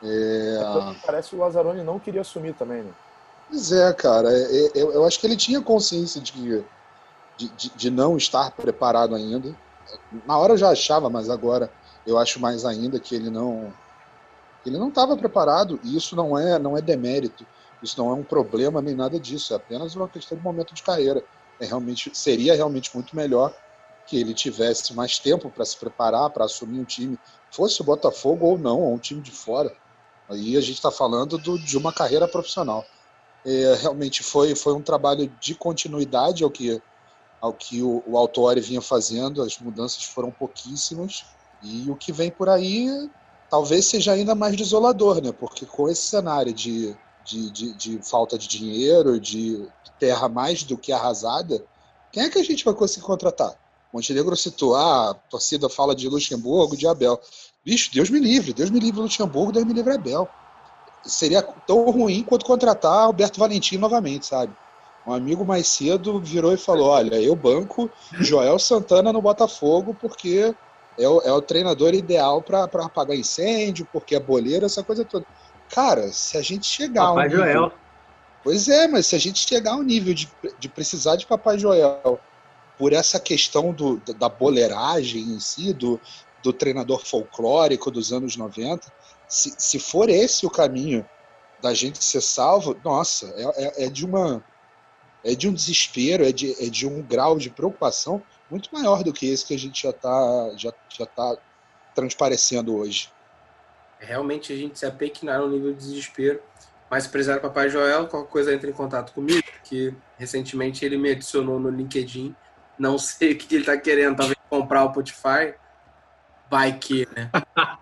B: É...
D: Parece que o Lazzaroni não queria assumir também, né?
B: Pois é, cara. É, eu, eu acho que ele tinha consciência de, de, de, de não estar preparado ainda. Na hora eu já achava, mas agora eu acho mais ainda que ele não ele não estava preparado. E isso não é, não é demérito. Isso não é um problema nem nada disso. É apenas uma questão de momento de carreira. É realmente, seria realmente muito melhor que ele tivesse mais tempo para se preparar, para assumir um time, fosse o Botafogo ou não, ou um time de fora. Aí a gente está falando do, de uma carreira profissional. É, realmente foi, foi um trabalho de continuidade ao que, ao que o, o Autori vinha fazendo. As mudanças foram pouquíssimas. E o que vem por aí talvez seja ainda mais desolador, né? Porque com esse cenário de, de, de, de falta de dinheiro, de terra mais do que arrasada, quem é que a gente vai conseguir contratar? Montenegro citou, ah, a torcida fala de Luxemburgo, de Abel. Bicho, Deus me livre, Deus me livre Luxemburgo, Deus me livre Abel. Seria tão ruim quanto contratar Alberto Valentim novamente, sabe? Um amigo mais cedo virou e falou, olha, eu banco Joel Santana no Botafogo porque é o, é o treinador ideal para apagar incêndio, porque é boleiro, essa coisa toda. Cara, se a gente chegar
C: Papai
B: ao nível...
C: Joel.
B: Pois é, mas se a gente chegar ao nível de, de precisar de Papai Joel por essa questão do, da boleiragem em si, do, do treinador folclórico dos anos noventa, se, se for esse o caminho da gente ser salvo, nossa, é, é, é de uma é de um desespero, é de, é de um grau de preocupação muito maior do que esse que a gente já está já, já tá transparecendo hoje.
A: Realmente a gente se apequinar no nível de desespero. Mas se precisar do Papai Joel, qualquer coisa entra em contato comigo, que recentemente ele me adicionou no LinkedIn. Não sei o que ele está querendo, talvez comprar o Spotify. Vai que, né?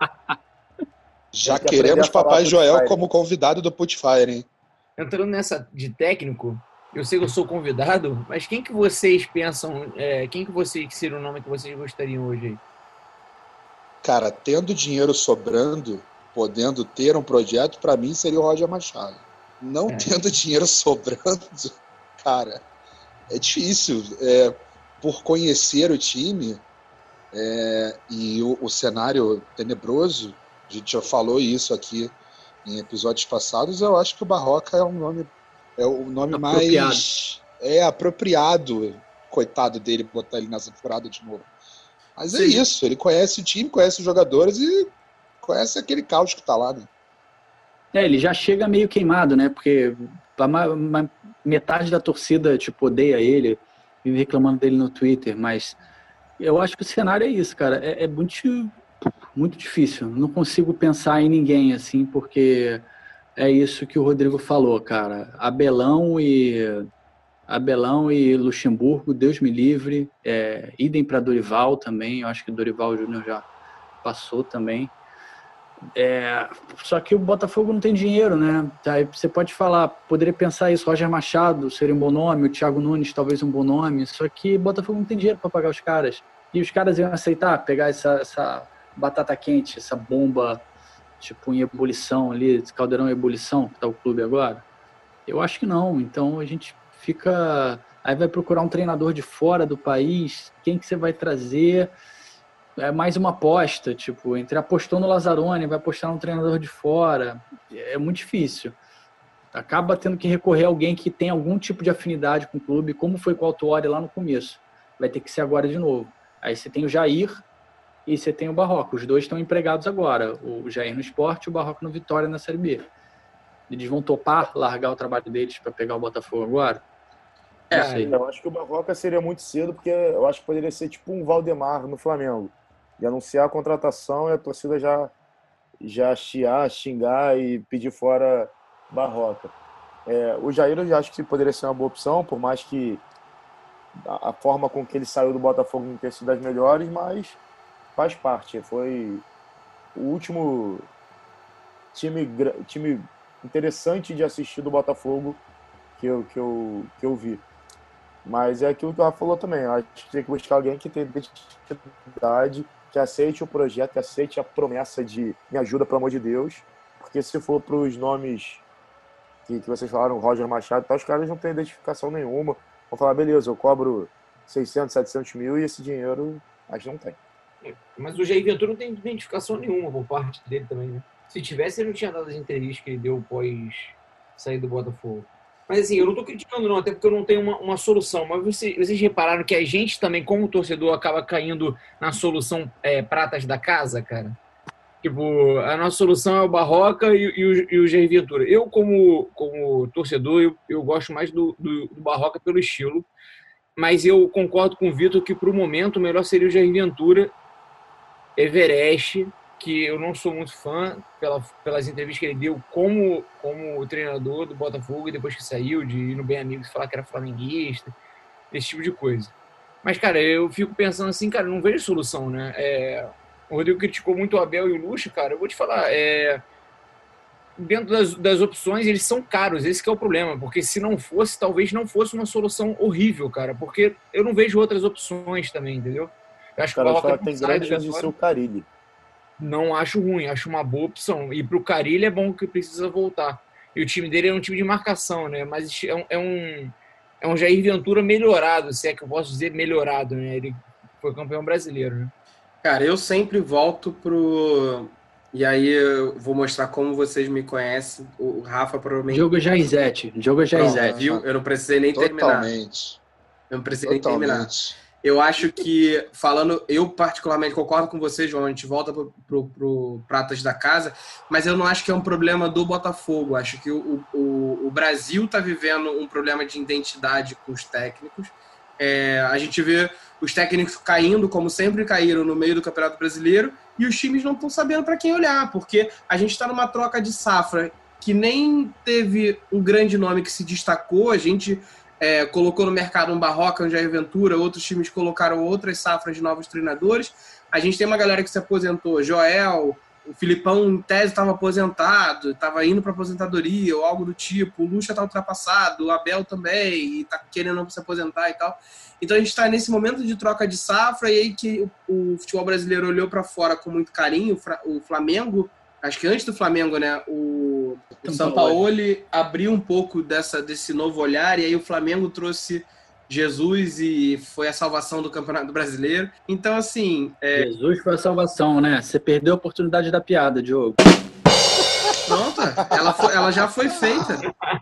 B: Já que queremos Papai Joel
D: Putfire
B: como convidado do Putfire, hein?
G: Entrando nessa de técnico, eu sei que eu sou convidado, mas quem que vocês pensam, é, quem que vocês, que seria o nome que vocês gostariam hoje aí?
B: Cara, tendo dinheiro sobrando, podendo ter um projeto, para mim seria o Roger Machado. Não é. Tendo dinheiro sobrando, cara, é difícil. É, por conhecer o time é, e o, o cenário tenebroso, a gente já falou isso aqui em episódios passados, eu acho que o Barroca é um nome, é o nome
C: apropriado.
B: mais é, apropriado, coitado dele, botar ele nessa furada de novo. Mas é
A: Sim.
B: isso, ele conhece o time, conhece os jogadores e conhece aquele caos que tá lá, né?
C: É, ele já chega meio queimado, né? Porque a ma- ma- metade da torcida, tipo, odeia ele, vive reclamando dele no Twitter, mas eu acho que o cenário é isso, cara. É, é muito, muito difícil. Não consigo pensar em ninguém, assim, porque é isso que o Rodrigo falou, cara. Abelão e... Abelão e Luxemburgo, Deus me livre. É, idem para Dorival também. Eu acho que o Dorival Júnior já passou também. É, só que o Botafogo não tem dinheiro, né? Aí você pode falar, poderia pensar isso, Roger Machado seria um bom nome, o Thiago Nunes talvez um bom nome, só que o Botafogo não tem dinheiro para pagar os caras. E os caras iam aceitar pegar essa, essa batata quente, essa bomba tipo em ebulição ali, esse caldeirão em ebulição que tá o clube agora? Eu acho que não. Então a gente fica... Aí vai procurar um treinador de fora do país, quem que você vai trazer? É mais uma aposta, tipo, entre apostou no Lazzaroni, vai apostar num treinador de fora, é muito difícil. Acaba tendo que recorrer a alguém que tem algum tipo de afinidade com o clube, como foi com o Autori lá no começo. Vai ter que ser agora de novo. Aí você tem o Jair e você tem o Barroca. Os dois estão empregados agora, o Jair no Sport e o Barroca no Vitória na Série B. Eles vão topar largar o trabalho deles para pegar o Botafogo agora? Não
A: É,
C: sei.
D: Eu acho que o Barroca seria muito cedo, porque eu acho que poderia ser tipo um Valdemar no Flamengo. E anunciar a contratação e a torcida já, já chiar, xingar e pedir fora Barroca. É, o Jair eu já acho que poderia ser uma boa opção, por mais que a, a forma com que ele saiu do Botafogo não tenha sido das melhores, mas faz parte. Foi o último time, gra- time interessante de assistir do Botafogo que eu, que eu, que eu vi. Mas é aquilo que o Rafa falou também. Eu acho que tem que buscar alguém que tenha identidade, que aceite o projeto, que aceite a promessa de me ajuda, pelo amor de Deus. Porque se for para os nomes que, que vocês falaram, Roger Machado e tal, os caras não têm identificação nenhuma. Vão falar, beleza, eu cobro seiscentos, setecentos mil e esse dinheiro a gente não tem.
G: Mas o Jair Ventura não tem identificação nenhuma por parte dele também, né? Se tivesse, ele não tinha dado as entrevistas que ele deu após sair do Botafogo. Mas assim, eu não tô criticando não, até porque eu não tenho uma, uma solução. Mas vocês, vocês repararam que a gente também, como torcedor, acaba caindo na solução é, pratas da casa, cara? Tipo, a nossa solução é o Barroca e, e, o, e o Jair Ventura. Eu, como, como torcedor, eu, eu gosto mais do, do, do Barroca pelo estilo. Mas eu concordo com o Vitor que, pro momento, o melhor seria o Jair Ventura, Everest, que eu não sou muito fã pela, pelas entrevistas que ele deu como, como treinador do Botafogo e depois que saiu, de ir no Bem Amigos e falar que era flamenguista, esse tipo de coisa. Mas, cara, eu fico pensando assim, cara, não vejo solução, né? É, o Rodrigo criticou muito o Abel e o Lucho, cara, eu vou te falar, é, dentro das, das opções, eles são caros, esse que é o problema, porque se não fosse, talvez não fosse uma solução horrível, cara, porque eu não vejo outras opções também, entendeu? Eu acho
D: cara,
G: que o Barroca
D: tem grande chance de ser o Carille.
G: Não acho ruim, acho uma boa opção. E pro Carille é bom que precisa voltar. E o time dele é um time de marcação, né? Mas é um, é um, é um Jair Ventura melhorado, se é que eu posso dizer melhorado, né? Ele foi campeão brasileiro, né?
A: Cara, eu sempre volto pro... E aí eu vou mostrar como vocês me conhecem. O Rafa provavelmente...
C: Diogo Jaizete. Diogo Jaizete.
A: Viu? Eu não precisei nem
B: Totalmente.
A: terminar. Eu não precisei nem
B: Totalmente.
A: terminar. Eu acho que, falando, eu particularmente concordo com você, João, a gente volta pro, pro, pro Pratas da Casa, mas eu não acho que é um problema do Botafogo. Acho que o, o, o Brasil está vivendo um problema de identidade com os técnicos. É, a gente vê os técnicos caindo, como sempre caíram no meio do Campeonato Brasileiro, e os times não estão sabendo para quem olhar, porque a gente está numa troca de safra que nem teve um grande nome que se destacou, a gente... É, colocou no mercado um Barroca, um Jair Ventura, outros times colocaram outras safras de novos treinadores. A gente tem uma galera que se aposentou, Joel, o Filipão em tese estava aposentado, estava indo para aposentadoria ou algo do tipo, o Lucha está ultrapassado, o Abel também, e está querendo se aposentar e tal. Então a gente está nesse momento de troca de safra, e aí que o, o futebol brasileiro olhou para fora com muito carinho, o Flamengo, acho que antes do Flamengo, né, o, o Sampaoli abriu um pouco dessa, desse novo olhar, e aí o Flamengo trouxe Jesus e foi a salvação do Campeonato Brasileiro. Então, assim... É...
C: Jesus foi a salvação, né? Você perdeu a oportunidade da piada, Diogo.
A: Pronto, ela, foi, ela já foi feita.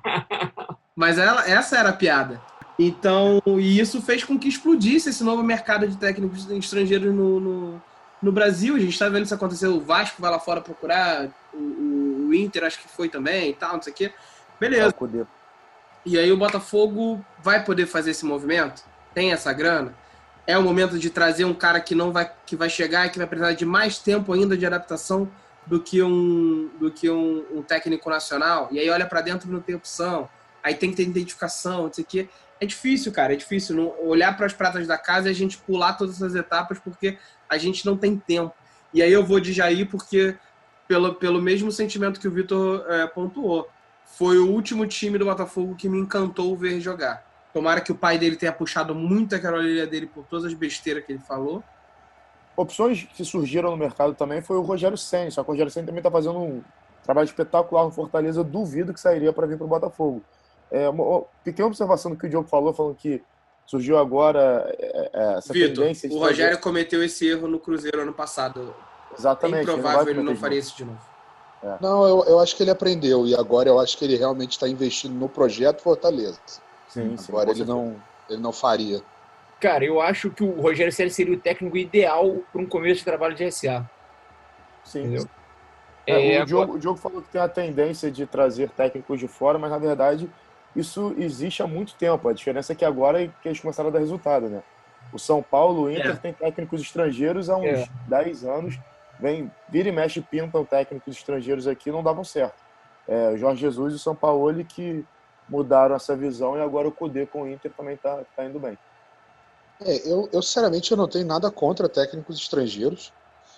A: Mas ela, essa era a piada. Então, e isso fez com que explodisse esse novo mercado de técnicos estrangeiros no... no No Brasil, a gente está vendo isso acontecer, o Vasco vai lá fora procurar, o, o Inter acho que foi também e tal, não sei o quê. Beleza. E aí o Botafogo vai poder fazer esse movimento? Tem essa grana? É o momento de trazer um cara que não vai, que vai chegar e que vai precisar de mais tempo ainda de adaptação do que um, do que um, um técnico nacional? E aí olha para dentro e não tem opção. Aí tem que ter identificação, não sei o quê. É difícil, cara, é difícil não olhar para as pratas da casa e a gente pular todas essas etapas porque a gente não tem tempo. E aí eu vou de Jair porque, pelo, pelo mesmo sentimento que o Vitor é, pontuou, foi o último time do Botafogo que me encantou ver jogar. Tomara que o pai dele tenha puxado muito aquela orelha dele por todas as besteiras que ele falou.
D: Opções que surgiram no mercado também foi o Rogério Ceni, só que o Rogério Ceni também está fazendo um trabalho espetacular no Fortaleza, duvido que sairia para vir para o Botafogo. É, uma pequena observação do que o Diogo falou, falando que surgiu agora é, é, essa
A: Vitor,
D: tendência...
A: o Rogério fazer... cometeu esse erro no Cruzeiro ano passado.
D: Exatamente.
A: É improvável ele não, ele não faria isso de novo.
B: É. Não, eu, eu acho que ele aprendeu, e agora eu acho que ele realmente está investindo no projeto Fortaleza.
D: Sim, sim,
B: agora ele não, ele não faria.
G: Cara, eu acho que o Rogério Ceni seria o técnico ideal para um começo de trabalho de S A.
D: Sim.
G: Entendeu?
D: É, é, o, Diogo, o Diogo falou que tem a tendência de trazer técnicos de fora, mas na verdade... Isso existe há muito tempo. A diferença é que agora é que eles começaram a dar resultado, né? O São Paulo, o Inter, é. tem técnicos estrangeiros há uns é. dez anos. Vem, vira e mexe, pintam técnicos estrangeiros aqui, não davam certo. É, o Jorge Jesus e o Sampaoli que mudaram essa visão e agora o Cudê com o Inter também está tá indo bem.
B: É, eu, eu, sinceramente, eu não tenho nada contra técnicos estrangeiros,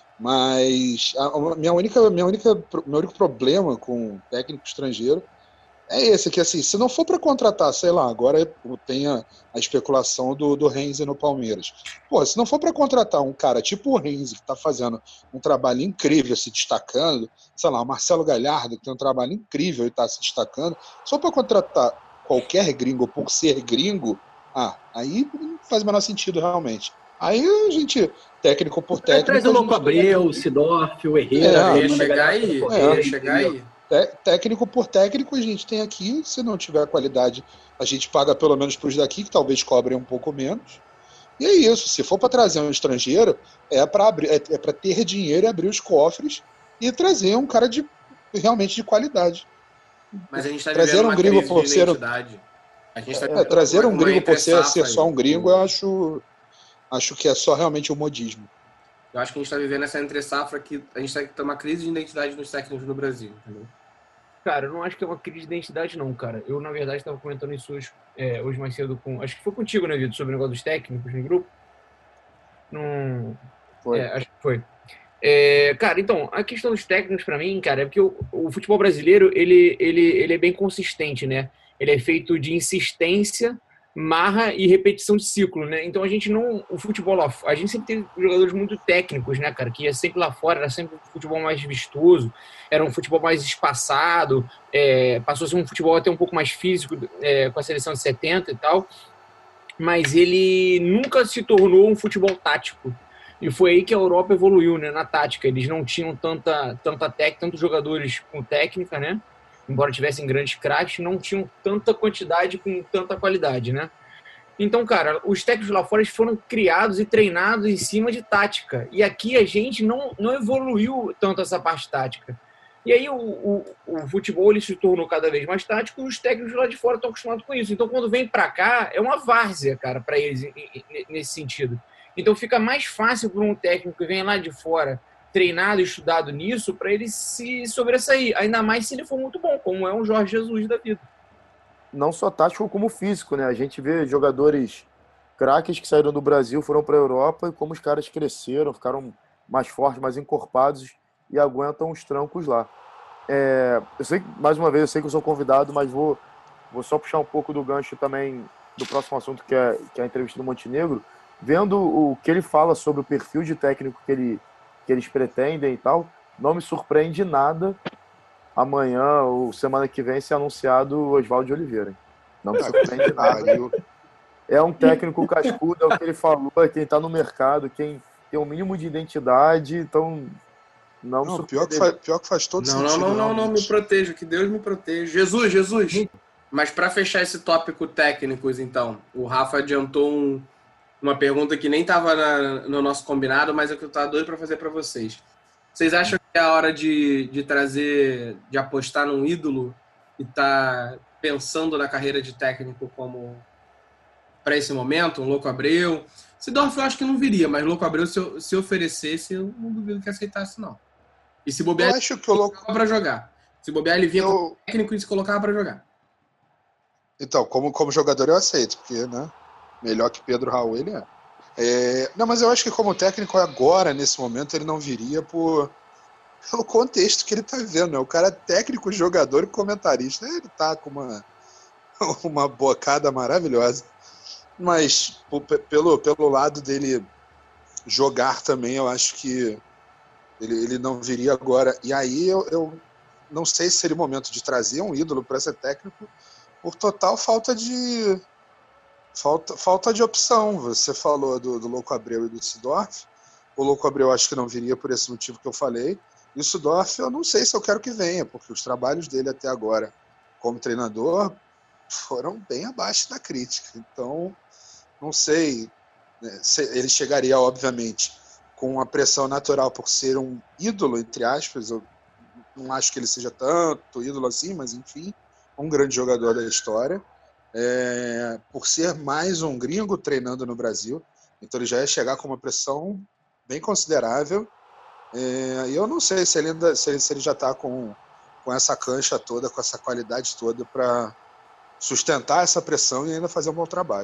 B: mas a, a minha única, minha única, meu único problema com técnico estrangeiro é esse, que assim, se não for para contratar, sei lá, agora tem a, a especulação do, do Renzi no Palmeiras. Pô, se não for para contratar um cara tipo o Renzi, que está fazendo um trabalho incrível, se destacando, sei lá, o Marcelo Galhardo, que tem um trabalho incrível e está se destacando, só para contratar qualquer gringo por ser gringo, ah, aí não faz o menor sentido realmente. Aí a gente, técnico por técnico...
C: Traz o Louco Abreu, o Sidorf, o Herrera...
A: É, ia chegar aí,
B: é,
A: ia chegar aí.
B: Técnico por técnico a gente tem aqui, se não tiver qualidade, a gente paga pelo menos para os daqui, que talvez cobrem um pouco menos. E é isso, se for para trazer um estrangeiro, é para abrir, é, é para ter dinheiro e abrir os cofres e trazer um cara de realmente de qualidade.
A: Mas a gente está
B: trazer
A: vivendo
B: um
A: uma
B: gringo
A: crise
B: por
A: de
B: ser
A: identidade. A gente tá
B: é, trazer um gringo por ser, ser só um gringo,
A: aí.
B: eu acho, acho que é só realmente um modismo.
A: Eu acho que a gente está vivendo essa entre-safra que a gente está uma crise de identidade nos técnicos no Brasil, entendeu?
G: Cara, eu não acho que é uma crise de identidade, não, cara. Eu, na verdade, estava comentando isso hoje, é, hoje mais cedo com... Acho que foi contigo, né, Vitor? Sobre o negócio dos técnicos no grupo. Não...
D: Foi.
G: É, acho que foi. É, cara, então, a questão dos técnicos, pra mim, cara, é porque o, o futebol brasileiro, ele, ele, ele é bem consistente, né? Ele é feito de insistência, marra e repetição de ciclo, né? Então a gente não... O futebol lá... A gente sempre teve jogadores muito técnicos, né, cara? Que ia sempre lá fora, era sempre um futebol mais vistoso, era um futebol mais espaçado, é, passou a ser um futebol até um pouco mais físico, é, com a seleção de setenta e tal, mas ele nunca se tornou um futebol tático. E foi aí que a Europa evoluiu, né, na tática. Eles não tinham tanta, tanta técnica, tantos jogadores com técnica, né? Embora tivessem grandes craques, não tinham tanta quantidade com tanta qualidade, né? Então, cara, os técnicos lá fora foram criados e treinados em cima de tática. E aqui a gente não, não evoluiu tanto essa parte tática. E aí o, o, o futebol ele se tornou cada vez mais tático e os técnicos lá de fora estão acostumados com isso. Então, quando vem pra cá, é uma várzea, cara, para eles nesse sentido. Então, fica mais fácil para um técnico que vem lá de fora, treinado e estudado nisso, para ele se sobressair. Ainda mais se ele for muito bom, como é um Jorge Jesus da vida.
D: Não só tático como físico, né? A gente vê jogadores craques que saíram do Brasil, foram para a Europa e como os caras cresceram, ficaram mais fortes, mais encorpados e aguentam os trancos lá. É, eu sei que, mais uma vez, eu sei que eu sou convidado, mas vou, vou só puxar um pouco do gancho também do próximo assunto, que é, que é a entrevista do Montenegro. Vendo o que ele fala sobre o perfil de técnico que, ele, que eles pretendem e tal, não me surpreende nada amanhã ou semana que vem ser anunciado o Oswaldo de Oliveira. Não me surpreende nada. É um técnico cascudo, é o que ele falou, é quem está no mercado, quem tem o um mínimo de identidade, então não,
B: não pior, que faz, pior que faz todo
A: não,
B: sentido.
A: Não, não, não, não, me proteja, que Deus me proteja. Jesus, Jesus! Mas para fechar esse tópico técnicos, então, o Rafa adiantou um, uma pergunta que nem estava no nosso combinado, mas é que eu estava doido para fazer para vocês. Vocês acham que é a hora de, de trazer, de apostar num ídolo e tá pensando na carreira de técnico como para esse momento, um Louco Abreu? Sidorf eu acho que não viria, mas Louco Abreu, se, se oferecesse, eu não duvido que aceitasse, não. E se bobear,
B: eu acho que o Louco
A: para jogar. Se bobear, ele vinha
B: eu...
A: como técnico e se colocava para jogar.
B: Então, como, como jogador eu aceito, porque, né, melhor que Pedro Raul ele é. É, não, mas eu acho que como técnico agora, nesse momento, ele não viria por, pelo contexto que ele tá vivendo, né? O cara é técnico, jogador e comentarista. Ele tá com uma, uma bocada maravilhosa. Mas pelo, pelo lado dele jogar também, eu acho que ele, ele não viria agora. E aí eu, eu não sei se seria o momento de trazer um ídolo para ser técnico por total falta de... Falta, falta de opção. Você falou do, do Louco Abreu e do Sidorf. O Louco Abreu acho que não viria por esse motivo que eu falei. E o Sidorf eu não sei se eu quero que venha, porque os trabalhos dele até agora como treinador foram bem abaixo da crítica. Então, não sei. Né, se ele chegaria, obviamente, com uma pressão natural por ser um ídolo, entre aspas. Eu não acho que ele seja tanto ídolo assim, mas enfim, um grande jogador da história. É, por ser mais um gringo treinando no Brasil, então ele já ia chegar com uma pressão bem considerável, é, e eu não sei se ele, ainda, se ele, se ele já está com, com essa cancha toda, com essa qualidade toda para sustentar essa pressão e ainda fazer um bom trabalho.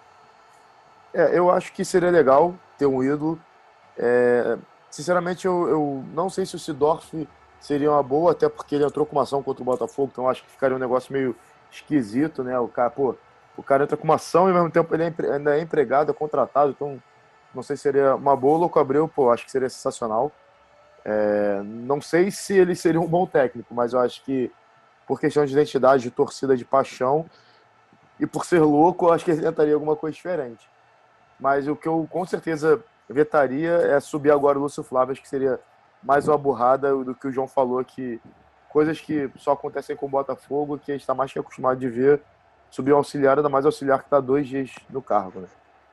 D: É, eu acho que seria legal ter um ídolo. É, sinceramente, eu, eu não sei se o Sidorf seria uma boa, até porque ele entrou com uma ação contra o Botafogo, então acho que ficaria um negócio meio esquisito, né? O cara, pô, o cara entra com uma ação e ao mesmo tempo ele é, ainda é empregado, é contratado, então não sei se seria uma boa. Louco Abreu, pô, acho que seria sensacional. É, não sei se ele seria um bom técnico, mas eu acho que por questão de identidade, de torcida, de paixão e por ser louco, eu acho que ele tentaria alguma coisa diferente. Mas o que eu com certeza vetaria é subir agora o Lúcio Flávio, acho que seria mais uma burrada do que o João falou, que coisas que só acontecem com o Botafogo, que a gente está mais que acostumado de ver, subir um auxiliar, ainda mais auxiliar que está dois dias no cargo, né?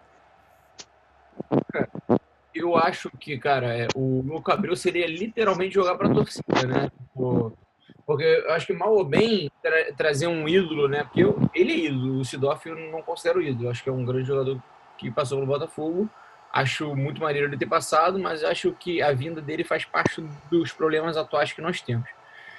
G: Eu acho que, cara, é, o Luca Abreu seria literalmente jogar para a torcida, né? Tipo, porque eu acho que mal ou bem tra trazer um ídolo, né? Porque eu, ele é ídolo, o Sidorf eu não considero ídolo. Eu acho que é um grande jogador que passou pelo Botafogo. Acho muito maneiro ele ter passado, mas acho que a vinda dele faz parte dos problemas atuais que nós temos.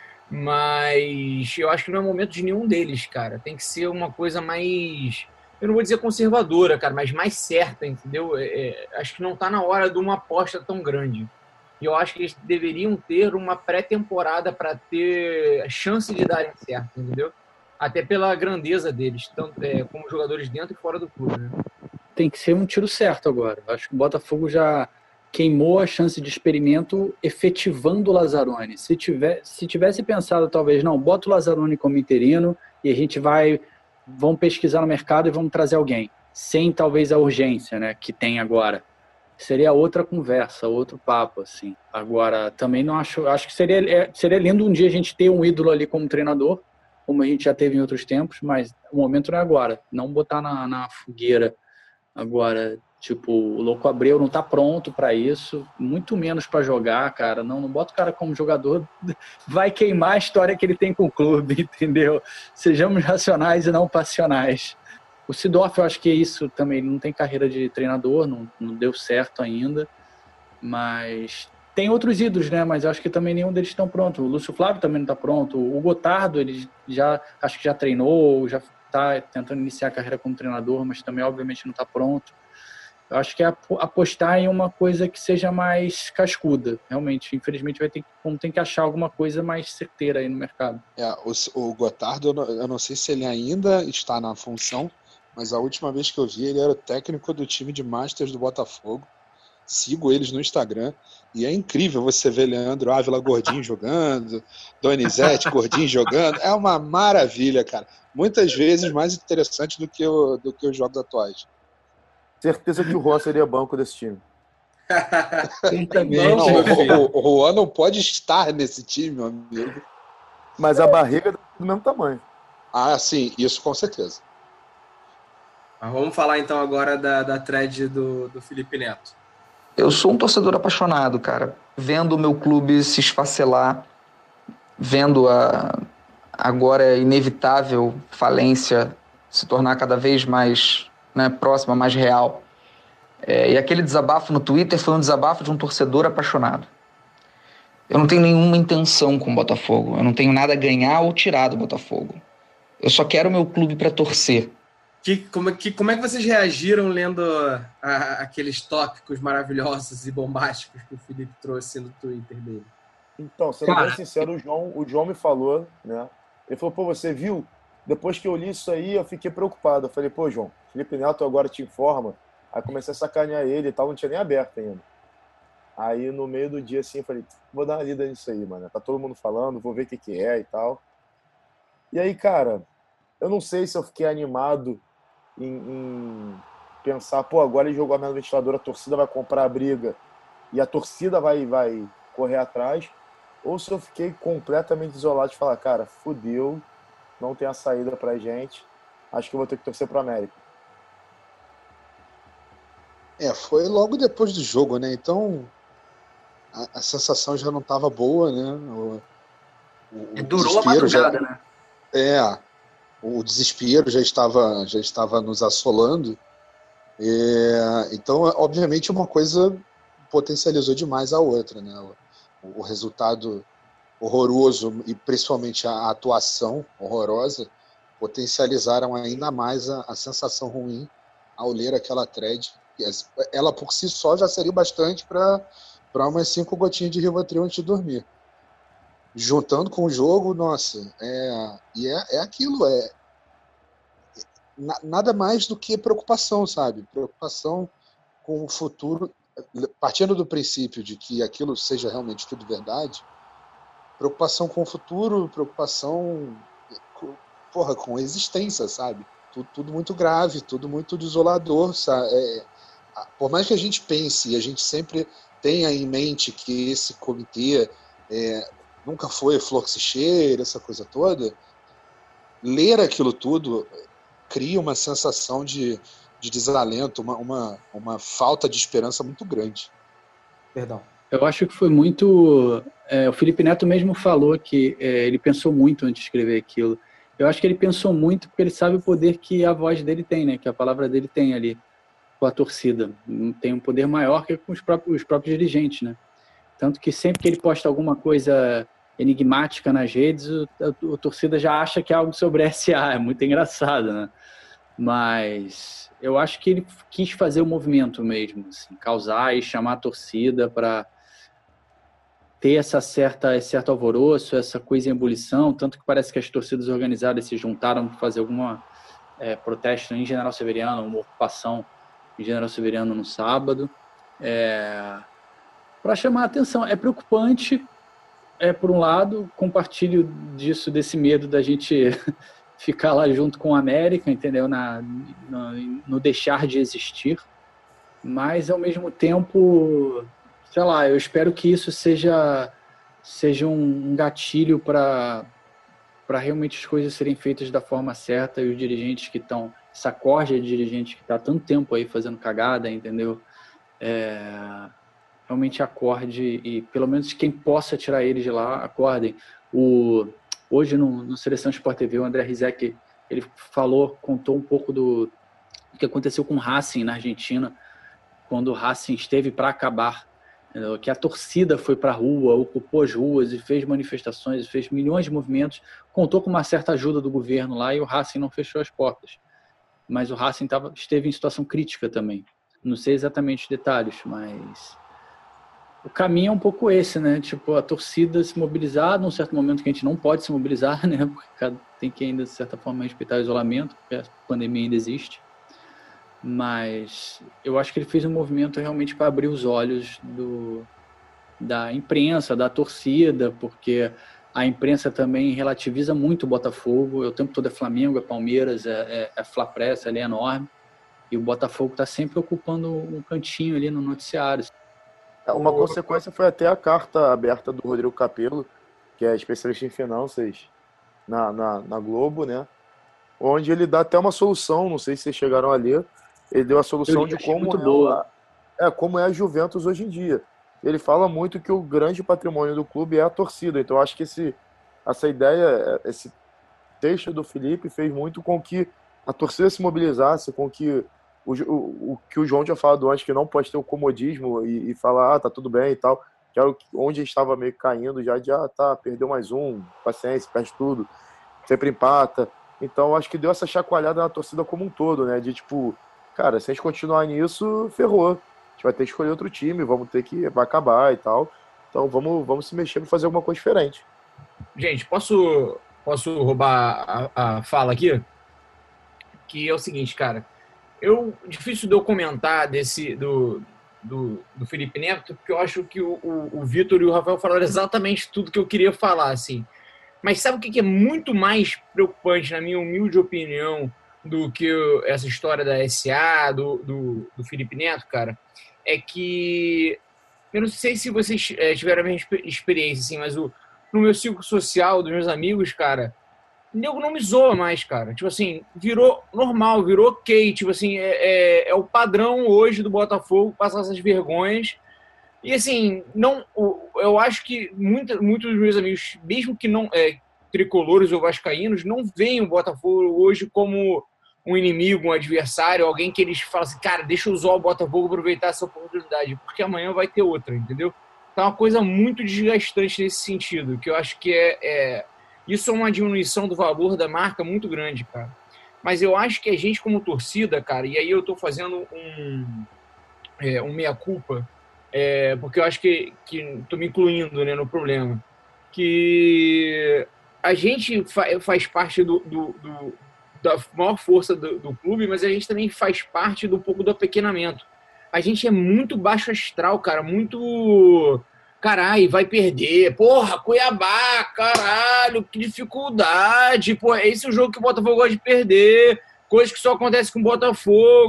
G: Mas eu acho que não é momento de nenhum deles, cara. Tem que ser uma coisa mais... Eu não vou dizer conservadora, cara, mas mais certa, entendeu? É, é, acho que não está na hora de uma aposta tão grande. E eu acho que eles deveriam ter uma pré-temporada para ter chance de darem certo, entendeu? Até pela grandeza deles, tanto é, como jogadores dentro e fora do clube, né?
C: Tem que ser um tiro certo agora. Acho que o Botafogo já queimou a chance de experimento efetivando o Lazzaroni. Se, tiver, se tivesse pensado, talvez, não, bota o Lazzaroni como interino e a gente vai... vamos pesquisar no mercado e vamos trazer alguém, sem talvez a urgência, né, que tem agora. Seria outra conversa, outro papo, assim. Agora, também não acho, acho que seria, seria lindo um dia a gente ter um ídolo ali como treinador, como a gente já teve em outros tempos, mas o momento não é agora. Não botar na, na fogueira agora, tipo, o Louco Abreu não tá pronto para isso, muito menos para jogar, cara. Não, não bota o cara como jogador, vai queimar a história que ele tem com o clube, entendeu? Sejamos racionais e não passionais. O Sidorf, eu acho que é isso também, não tem carreira de treinador, não, não deu certo ainda, mas tem outros ídolos, né? Mas eu acho que também nenhum deles estão pronto. O Lúcio Flávio também não está pronto. O Gotardo, ele já, acho que já treinou, já está tentando iniciar a carreira como treinador, mas também, obviamente, não está pronto. Eu acho que é apostar em uma coisa que seja mais cascuda. Realmente, infelizmente, vai ter, vamos ter que achar alguma coisa mais certeira aí no mercado.
B: É, o, o Gotardo, eu não, eu não sei se ele ainda está na função, mas a última vez que eu vi, ele era o técnico do time de Masters do Botafogo. Sigo eles no Instagram. E é incrível você ver Leandro Ávila gordinho jogando, Donizete gordinho jogando. É uma maravilha, cara. Muitas vezes mais interessante do que, o, do que os jogos atuais.
D: Certeza que o Juan seria banco desse time.
B: Não, o, o, o Juan não pode estar nesse time, meu amigo.
D: Mas a barriga é do mesmo tamanho.
B: Ah, sim, isso com certeza.
A: Mas vamos falar então agora da, da thread do, do Felipe Neto.
I: Eu sou um torcedor apaixonado, cara. Vendo o meu clube se esfacelar, vendo a agora inevitável falência se tornar cada vez mais, né, próxima, mais real. É, e aquele desabafo no Twitter foi um desabafo de um torcedor apaixonado. Eu não tenho nenhuma intenção com o Botafogo. Eu não tenho nada a ganhar ou tirar do Botafogo. Eu só quero o meu clube para torcer.
A: Que, como, que, como é que vocês reagiram lendo a, aqueles tópicos maravilhosos e bombásticos que o Felipe trouxe no Twitter dele?
D: Então, sendo Cara, bem sincero, o João, o João me falou, né? Ele falou, pô, você viu? Depois que eu li isso aí, eu fiquei preocupado. Eu falei, pô, João, Felipe Neto agora te informa. Aí comecei a sacanear ele e tal, não tinha nem aberto ainda. Aí no meio do dia, assim, eu falei, vou dar uma lida nisso aí, mano. Tá todo mundo falando, vou ver o que que é e tal. E aí, cara, eu não sei se eu fiquei animado em, em pensar, pô, agora ele jogou a merda no ventilador, a torcida vai comprar a briga e a torcida vai, vai correr atrás, ou se eu fiquei completamente isolado de falar, cara, fudeu, não tem a saída pra gente, acho que eu vou ter que torcer pro América.
B: É, foi logo depois do jogo, né? Então a, a sensação já não estava boa, né? O,
I: o durou a madrugada,
B: já,
I: né?
B: É, o desespero já estava, já estava nos assolando. É, então, obviamente, uma coisa potencializou demais a outra, né? O, o resultado horroroso e principalmente a atuação horrorosa potencializaram ainda mais a, a sensação ruim ao ler aquela thread. Ela por si só já seria bastante para umas cinco gotinhas de Rivotril antes de dormir. Juntando com o jogo, nossa, é, e é, é aquilo, é, é nada mais do que preocupação, sabe? Preocupação com o futuro, partindo do princípio de que aquilo seja realmente tudo verdade, preocupação com o futuro, preocupação com, porra, com a existência, sabe? Tudo, tudo muito grave, tudo muito desolador, sabe? É, por mais que a gente pense e a gente sempre tenha em mente que esse comitê é, nunca foi flor que se cheira, essa coisa toda, ler aquilo tudo cria uma sensação de, de desalento, uma, uma, uma falta de esperança muito grande.
A: Perdão.
C: Eu acho que foi muito... É, o Felipe Neto mesmo falou que é, ele pensou muito antes de escrever aquilo. Eu acho que ele pensou muito porque ele sabe o poder que a voz dele tem, né? Que a palavra dele tem ali com a torcida. Tem um poder maior que com os próprios, os próprios dirigentes, né? Tanto que sempre que ele posta alguma coisa enigmática nas redes, a, a, a torcida já acha que é algo sobre a S A. É muito engraçado, né? Mas eu acho que ele quis fazer o movimento mesmo, assim, causar e chamar a torcida para ter essa certa, esse certo alvoroço, essa coisa em ebulição, tanto que parece que as torcidas organizadas se juntaram para fazer alguma é, protesto em General Severiano, uma ocupação em General Severiano no sábado, é, para chamar a atenção. É preocupante, é, por um lado, compartilho disso, desse medo da gente ficar lá junto com a América, entendeu? Na, no, no deixar de existir, mas, ao mesmo tempo... sei lá, eu espero que isso seja, seja um gatilho para para realmente as coisas serem feitas da forma certa e os dirigentes que estão, essa corja de dirigentes que está há tanto tempo aí fazendo cagada, entendeu? É, realmente acorde e pelo menos quem possa tirar eles de lá, acordem. O, hoje no, no Seleção Sport T V, o André Rizek, ele falou, contou um pouco do, do que aconteceu com o Racing na Argentina, quando o Racing esteve para acabar, que a torcida foi para a rua, ocupou as ruas e fez manifestações, fez milhões de movimentos, contou com uma certa ajuda do governo lá e o Racing não fechou as portas. Mas o Racing tava, esteve em situação crítica também. Não sei exatamente os detalhes, mas o caminho é um pouco esse, né? Tipo, a torcida se mobilizar num certo momento que a gente não pode se mobilizar, né? Porque tem que ainda, de certa forma, respeitar o isolamento, porque a pandemia ainda existe. Mas eu acho que ele fez um movimento realmente para abrir os olhos do, da imprensa, da torcida, porque a imprensa também relativiza muito o Botafogo. O tempo todo é Flamengo, é Palmeiras, é, é, é Fla-Press, ali é enorme. E o Botafogo está sempre ocupando um cantinho ali no noticiário.
D: Uma consequência foi até a carta aberta do Rodrigo Capello, que é especialista em finanças na, na, na Globo, né? Onde ele dá até uma solução, não sei se vocês chegaram a ler. Ele deu a solução de como
C: muito
D: é,
C: boa.
D: é, como é a Juventus hoje em dia. Ele fala muito que o grande patrimônio do clube é a torcida. Então, acho que esse, essa ideia, esse texto do Felipe fez muito com que a torcida se mobilizasse, com que o, o, o que o João tinha falado antes, que não pode ter o comodismo e, e falar, ah, tá tudo bem e tal, que era onde a gente estava meio caindo, já, já tá, perdeu mais um, paciência, perde tudo, sempre empata. Então, acho que deu essa chacoalhada na torcida como um todo, né? De tipo, cara, se a gente continuar nisso, ferrou. A gente vai ter que escolher outro time, vamos ter que... vai acabar e tal. Então, vamos, vamos se mexer para fazer alguma coisa diferente.
G: Gente, posso, posso roubar a, a fala aqui? Que é o seguinte, cara. Eu, difícil de eu comentar desse, do, do, do Felipe Neto, porque eu acho que o, o, o Vitor e o Rafael falaram exatamente tudo que eu queria falar, assim. Mas sabe o que é muito mais preocupante, na minha humilde opinião, do que essa história da S A, do, do, do Felipe Neto, cara? É que, eu não sei se vocês é, tiveram a mesma experiência, assim, mas o, no meu círculo social, dos meus amigos, cara, o nego não me zoa mais, cara. Tipo assim, virou normal, virou ok. Tipo assim, é, é, é o padrão hoje do Botafogo passar essas vergonhas. E assim, não, eu acho que muita, muitos dos meus amigos, mesmo que não é, tricolores ou vascaínos, não veem o Botafogo hoje como um inimigo, um adversário, alguém que eles falam assim, cara, deixa eu usar o Botafogo aproveitar essa oportunidade, porque amanhã vai ter outra, entendeu? Então é uma coisa muito desgastante nesse sentido, que eu acho que é, é... isso é uma diminuição do valor da marca muito grande, cara. Mas eu acho que a gente como torcida, cara, e aí eu tô fazendo um, é, um meia-culpa, é, porque eu acho que, que tô me incluindo, né, no problema, que a gente fa faz parte do, do, do, da maior força do, do clube, mas a gente também faz parte do um pouco do apequenamento. A gente é muito baixo astral, cara, muito... Caralho, vai perder. Porra, Cuiabá, caralho, que dificuldade. Pô, esse é o jogo que o Botafogo gosta de perder. Coisa que só acontece com o Botafogo.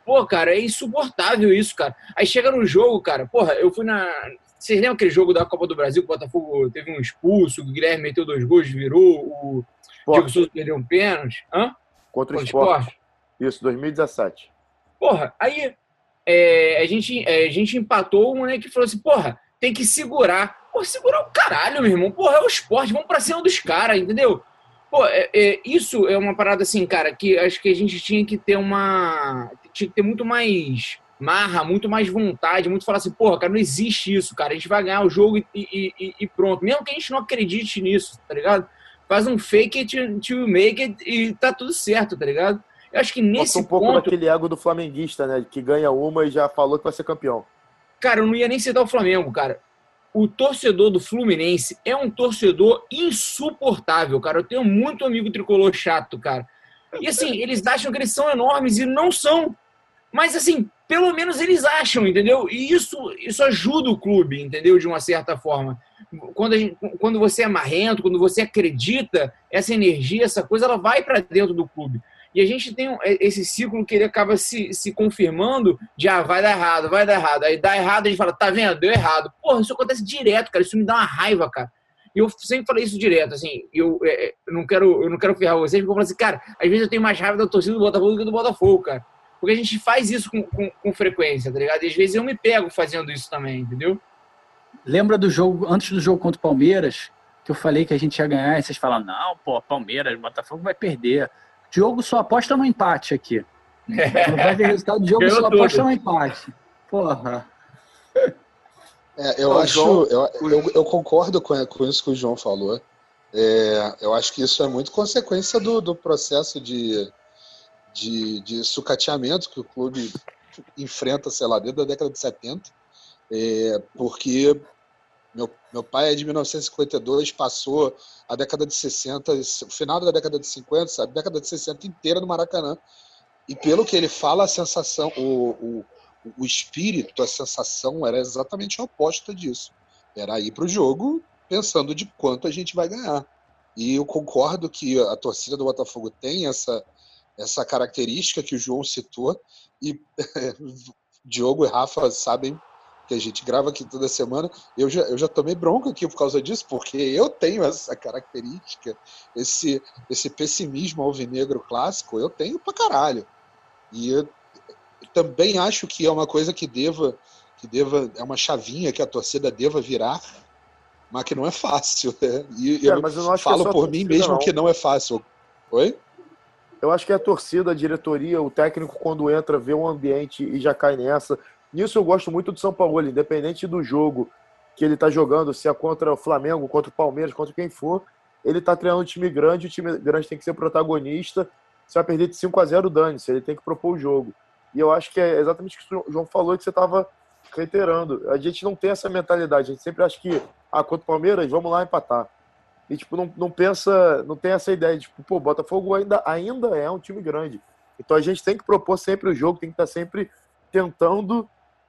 G: Pô, cara, é insuportável isso, cara. Aí chega no jogo, cara, porra, eu fui na... Vocês lembram aquele jogo da Copa do Brasil, que o Botafogo teve um expulso, o Guilherme meteu dois gols, virou, o Diego Souza perdeu um pênalti? Hã?
D: Contra o Sport. Isso, dois mil e dezessete.
G: Porra, aí é, a, gente, é, a gente empatou, o moleque falou assim, porra, tem que segurar. Pô, segurar o caralho, meu irmão. Porra, é o esporte, vamos pra cima dos caras, entendeu? Pô, é, é, isso é uma parada assim, cara, que acho que a gente tinha que ter uma... Tinha que ter muito mais marra, muito mais vontade, muito falar assim, porra, cara, não existe isso, cara. A gente vai ganhar o jogo e, e, e, e pronto. Mesmo que a gente não acredite nisso, tá ligado? Faz um fake it to make it e tá tudo certo, tá ligado? Eu acho que nesse
D: um pouco
G: ponto...
D: daquele ego do flamenguista, né? Que ganha uma e já falou que vai ser campeão.
G: Cara, eu não ia nem citar o Flamengo, cara. O torcedor do Fluminense é um torcedor insuportável, cara. Eu tenho muito amigo tricolor chato, cara. E assim, eles acham que eles são enormes e não são. Mas assim, pelo menos eles acham, entendeu? E isso, isso ajuda o clube, entendeu? De uma certa forma. Quando, a gente, quando você é marrento, quando você acredita, essa energia, essa coisa, ela vai para dentro do clube. E a gente tem esse ciclo que ele acaba se, se confirmando de, ah, vai dar errado, vai dar errado. Aí dá errado, a gente fala, tá vendo? Deu errado. Porra, isso acontece direto, cara. Isso me dá uma raiva, cara. E eu sempre falei isso direto, assim, eu, é, eu, não, quero, eu não quero ferrar vocês, porque eu falo assim, cara, às vezes eu tenho mais raiva da torcida do Botafogo do que do Botafogo, cara. Porque a gente faz isso com, com, com frequência, tá ligado? E às vezes eu me pego fazendo isso também, entendeu?
C: Lembra do jogo, antes do jogo contra o Palmeiras, que eu falei que a gente ia ganhar, e vocês falaram, não, pô, Palmeiras, Botafogo vai perder. Diogo só aposta no empate aqui. Não vai ver resultado, o Diogo só aposta no empate. Porra.
B: É, eu Ô, acho, João, eu, eu, eu concordo com, com isso que o João falou. É, eu acho que isso é muito consequência do, do processo de, de, de sucateamento que o clube enfrenta, sei lá, desde a década de setenta. É, porque meu, meu pai é de mil novecentos e cinquenta e dois, passou a década de sessenta, o final da década de cinquenta, sabe, a década de sessenta inteira no Maracanã. E pelo que ele fala, a sensação, o, o, o espírito, a sensação era exatamente a oposta disso. Era ir para o jogo pensando de quanto a gente vai ganhar. E eu concordo que a torcida do Botafogo tem essa, essa característica que o João citou, e Diogo e Rafa sabem que a gente grava aqui toda semana. Eu já, eu já tomei bronca aqui por causa disso, porque eu tenho essa característica, esse, esse pessimismo alvinegro clássico, eu tenho pra caralho. E eu também acho que é uma coisa que deva, que deva, é uma chavinha que a torcida deva virar, mas que não é fácil, né? E é, eu, mas eu não acho falo que é por mim mesmo não. que não é fácil. Oi?
D: Eu acho que a torcida, a diretoria, o técnico, quando entra, vê um ambiente e já cai nessa. Nisso eu gosto muito do São Paulo, independente do jogo que ele está jogando, se é contra o Flamengo, contra o Palmeiras, contra quem for, ele está treinando um time grande, o time grande tem que ser protagonista. Se vai perder de cinco a zero, dane-se, ele tem que propor o jogo. E eu acho que é exatamente o que o João falou, que você estava reiterando. A gente não tem essa mentalidade, a gente sempre acha que, ah, contra o Palmeiras, vamos lá empatar. E, tipo, não, não pensa, não tem essa ideia de, tipo, pô, Botafogo ainda, ainda é um time grande. Então a gente tem que propor sempre o jogo, tem que estar sempre tentando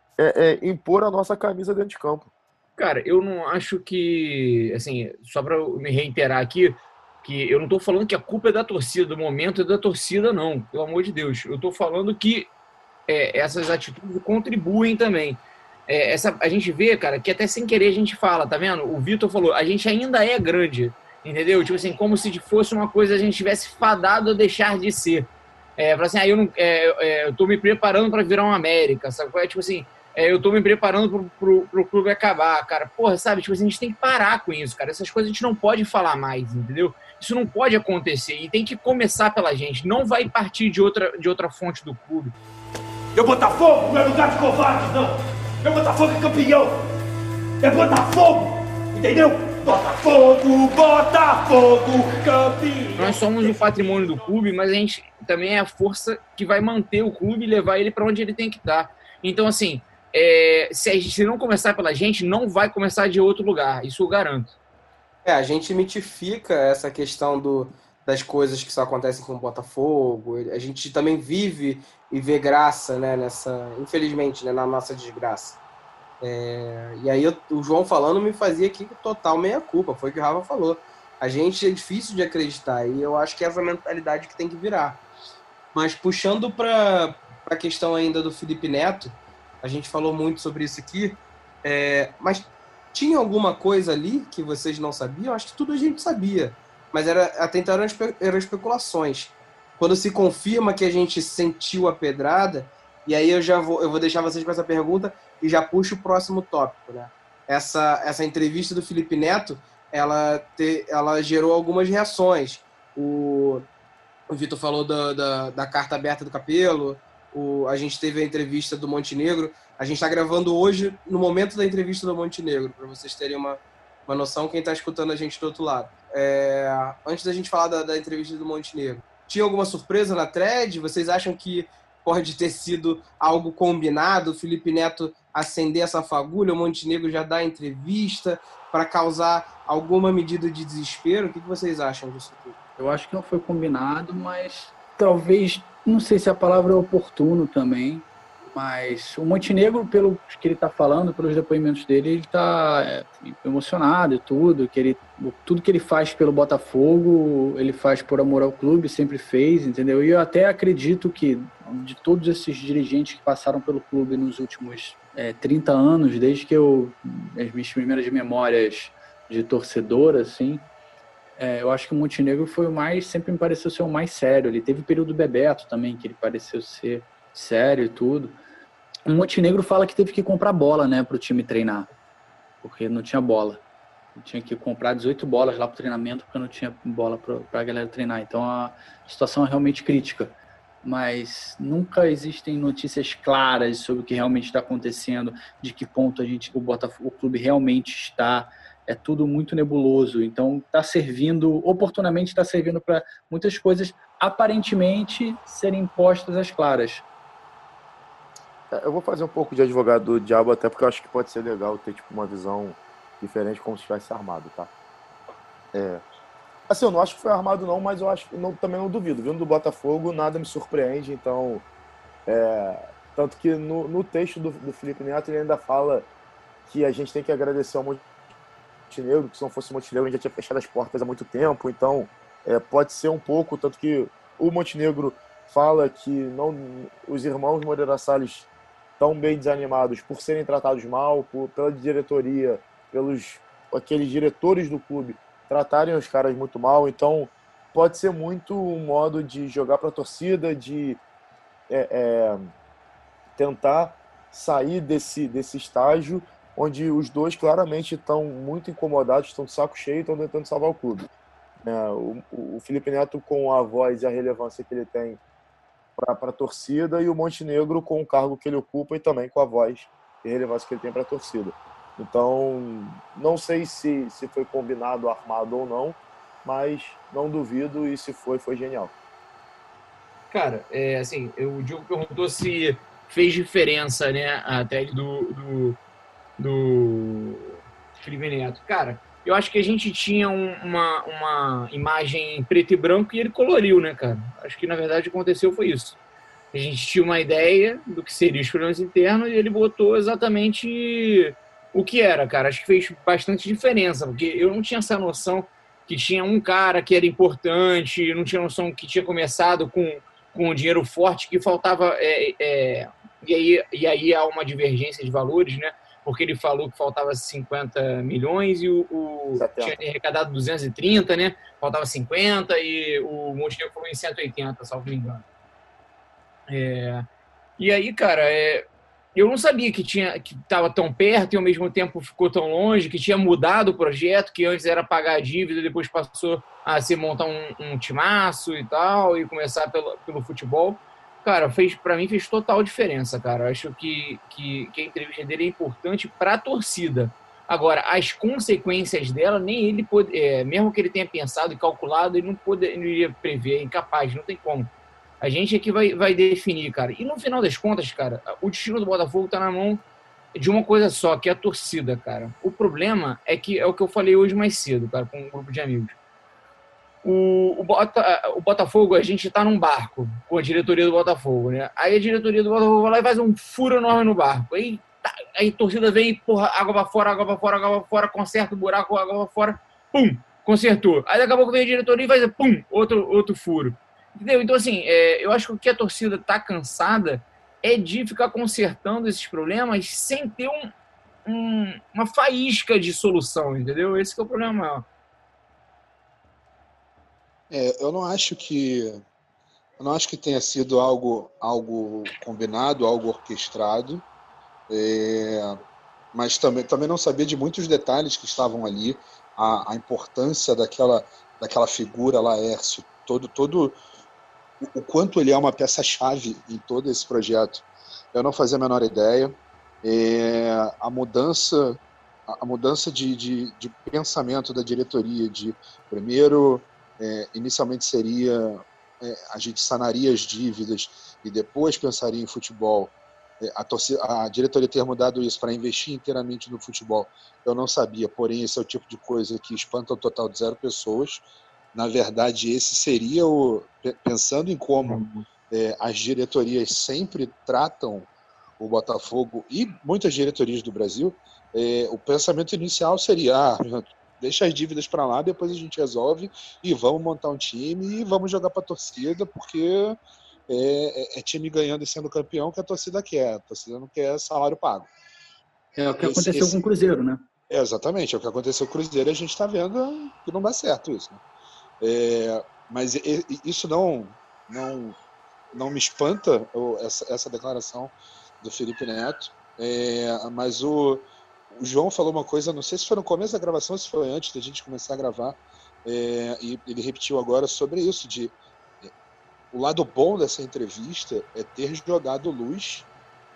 D: É, é, impor a nossa camisa dentro de campo.
G: Cara, eu não acho que, assim, só para me reiterar aqui, que eu não estou falando que a culpa é da torcida, do momento é da torcida, não, pelo amor de Deus. Eu estou falando que é, essas atitudes contribuem também. É, essa, a gente vê, cara, que até sem querer a gente fala, tá vendo? O Vitor falou, a gente ainda é grande, entendeu? Tipo assim, como se fosse uma coisa a gente tivesse fadado a deixar de ser. É, assim, ah, eu, não, é, é, eu tô me preparando para virar uma América, sabe? É tipo assim, é, eu tô me preparando pro, pro, pro clube acabar, cara. Porra, sabe? Tipo assim, a gente tem que parar com isso, cara. Essas coisas a gente não pode falar mais, entendeu? Isso não pode acontecer e tem que começar pela gente. Não vai partir de outra, de outra fonte do clube.
H: Eu Botafogo não é lugar de covardes, não. Eu Botafogo é campeão. É Botafogo, entendeu? Botafogo, Botafogo, campeão.
G: Nós somos o patrimônio do clube, mas a gente também é a força que vai manter o clube e levar ele para onde ele tem que estar. Então, assim, é, se a gente não começar pela gente, não vai começar de outro lugar. Isso eu garanto.
A: É, a gente mitifica essa questão do, das coisas que só acontecem com o Botafogo. A gente também vive e vê graça, né, nessa, infelizmente, né, na nossa desgraça. É, e aí eu, o João falando me fazia aqui total meia-culpa, foi o que o Rafa falou. A gente é difícil de acreditar e eu acho que é essa mentalidade que tem que virar. Mas puxando para para a questão ainda do Felipe Neto, a gente falou muito sobre isso aqui, é, mas tinha alguma coisa ali que vocês não sabiam? Acho que tudo a gente sabia, mas era, até então eram, espe- eram especulações. Quando se confirma que a gente sentiu a pedrada, e aí eu já vou, eu vou deixar vocês com essa pergunta e já puxo o próximo tópico, né? Essa, essa entrevista do Felipe Neto, ela, te, ela gerou algumas reações. O, o Vitor falou da, da, da carta aberta do Capello, o, a gente teve a entrevista do Montenegro. A gente está gravando hoje, no momento da entrevista do Montenegro, para vocês terem uma, uma noção, quem está escutando a gente do outro lado. É, antes da gente falar da, da entrevista do Montenegro, tinha alguma surpresa na thread? Vocês acham que pode ter sido algo combinado? O Felipe Neto acender essa fagulha, o Montenegro já dá entrevista para causar alguma medida de desespero? O que vocês acham disso tudo?
C: Eu acho que não foi combinado, mas talvez, não sei se a palavra é oportuno também, mas o Montenegro, pelo que ele está falando, pelos depoimentos dele, ele está é, emocionado e tudo, que ele, tudo que ele faz pelo Botafogo, ele faz por amor ao clube, sempre fez, entendeu? E eu até acredito que de todos esses dirigentes que passaram pelo clube nos últimos é, trinta anos, desde que eu, as minhas primeiras memórias de torcedor, assim, é, eu acho que o Montenegro foi o mais, sempre me pareceu ser o mais sério. Ele teve o período do Bebeto também, que ele pareceu ser sério e tudo. O Montenegro fala que teve que comprar bola, né, para o time treinar, porque não tinha bola. Tinha que comprar dezoito bolas lá para o treinamento, porque não tinha bola para a galera treinar. Então a situação é realmente crítica. Mas nunca existem notícias claras sobre o que realmente está acontecendo, de que ponto a gente, o Botafogo, o clube realmente está. É tudo muito nebuloso. Então está servindo, oportunamente está servindo para muitas coisas aparentemente serem postas às claras.
D: Eu vou fazer um pouco de advogado do diabo, até porque eu acho que pode ser legal ter tipo, uma visão diferente, como se estivesse armado, tá? É. Assim, eu não acho que foi armado não, mas eu acho que não, também não duvido. Vindo do Botafogo, nada me surpreende, então... É, tanto que no, no texto do, do Felipe Neto, ele ainda fala que a gente tem que agradecer ao Montenegro, que se não fosse o Montenegro, a gente já tinha fechado as portas há muito tempo, então é, pode ser um pouco, tanto que o Montenegro fala que não, os irmãos Moreira Salles estão bem desanimados por serem tratados mal, por, pela diretoria, pelos aqueles diretores do clube tratarem os caras muito mal. Então pode ser muito um modo de jogar para a torcida, de é, é, tentar sair desse, desse estágio onde os dois claramente estão muito incomodados, estão de saco cheio e estão tentando salvar o clube. É, o, o Felipe Neto com a voz e a relevância que ele tem para a torcida, e o Montenegro com o cargo que ele ocupa e também com a voz e relevância que ele tem para a torcida. Então, não sei se, se foi combinado, armado ou não, mas não duvido, e se foi, foi genial.
G: Cara, é, assim, o Diogo perguntou se fez diferença, né, a tag do, do, do Felipe Neto. Cara, eu acho que a gente tinha um, uma, uma imagem em preto e branco e ele coloriu, né, cara? Acho que, na verdade, aconteceu foi isso. A gente tinha uma ideia do que seriam os problemas internos e ele botou exatamente o que era, cara. Acho que fez bastante diferença, porque eu não tinha essa noção que tinha um cara que era importante, não tinha noção que tinha começado com, com um dinheiro forte, que faltava... É, é, e, aí, e aí há uma divergência de valores, né? Porque ele falou que faltava cinquenta milhões e o, o tinha arrecadado duzentos e trinta, né? Faltava cinquenta e o Montenegro falou em cento e oitenta, salvo me engano. É, e aí, cara, é, eu não sabia que tinha que estava tão perto e ao mesmo tempo ficou tão longe, que tinha mudado o projeto, que antes era pagar a dívida, depois passou a se montar um, um timaço e tal, e começar pelo, pelo futebol. Cara, fez, pra mim fez total diferença, cara. Eu acho que, que, que a entrevista dele é importante pra torcida. Agora, as consequências dela, nem ele pode, é, mesmo que ele tenha pensado e calculado, ele não, pode, ele não iria prever, é incapaz, não tem como. A gente aqui vai, vai definir, cara. E no final das contas, cara, o destino do Botafogo tá na mão de uma coisa só, que é a torcida, cara. O problema é que é o que eu falei hoje mais cedo, cara, com um grupo de amigos. O, o, Bota, o Botafogo, a gente tá num barco com a diretoria do Botafogo, né? Aí a diretoria do Botafogo vai lá e faz um furo enorme no barco. Aí, aí a torcida vem, porra, água pra fora, água pra fora, água pra fora, conserta o buraco, água pra fora, pum, consertou. Aí daqui a pouco vem a diretoria e faz, pum, outro, outro furo. Entendeu? Então, assim, é, eu acho que o que a torcida tá cansada é de ficar consertando esses problemas sem ter um, um, uma faísca de solução, entendeu? Esse que é o problema maior.
B: É, eu não acho que eu não acho que tenha sido algo, algo combinado, algo orquestrado, é, mas também, também não sabia de muitos detalhes que estavam ali, a, a importância daquela, daquela figura, Laércio, todo, todo o, o quanto ele é uma peça-chave em todo esse projeto. Eu não fazia a menor ideia. É, a mudança, a mudança de, de, de pensamento da diretoria, de primeiro, é, inicialmente seria é, a gente sanaria as dívidas e depois pensaria em futebol. É, a, torcida, a diretoria ter mudado isso para investir inteiramente no futebol, eu não sabia, porém esse é o tipo de coisa que espanta o total de zero pessoas. Na verdade, esse seria o... Pensando em como é, as diretorias sempre tratam o Botafogo e muitas diretorias do Brasil, é, o pensamento inicial seria, ah, deixa as dívidas para lá, depois a gente resolve e vamos montar um time e vamos jogar para a torcida, porque é, é, é time ganhando e sendo campeão que a torcida quer, a torcida não quer salário pago.
C: É o que
B: esse,
C: aconteceu
B: esse...
C: com o Cruzeiro, né?
B: É, exatamente, é o que aconteceu com o Cruzeiro e a gente está vendo que não dá certo isso. Né? É, mas isso não, não, não me espanta, essa, essa declaração do Felipe Neto, é, mas o, o João falou uma coisa, não sei se foi no começo da gravação, se foi antes da gente começar a gravar, é, e ele repetiu agora sobre isso, de é, o lado bom dessa entrevista é ter jogado luz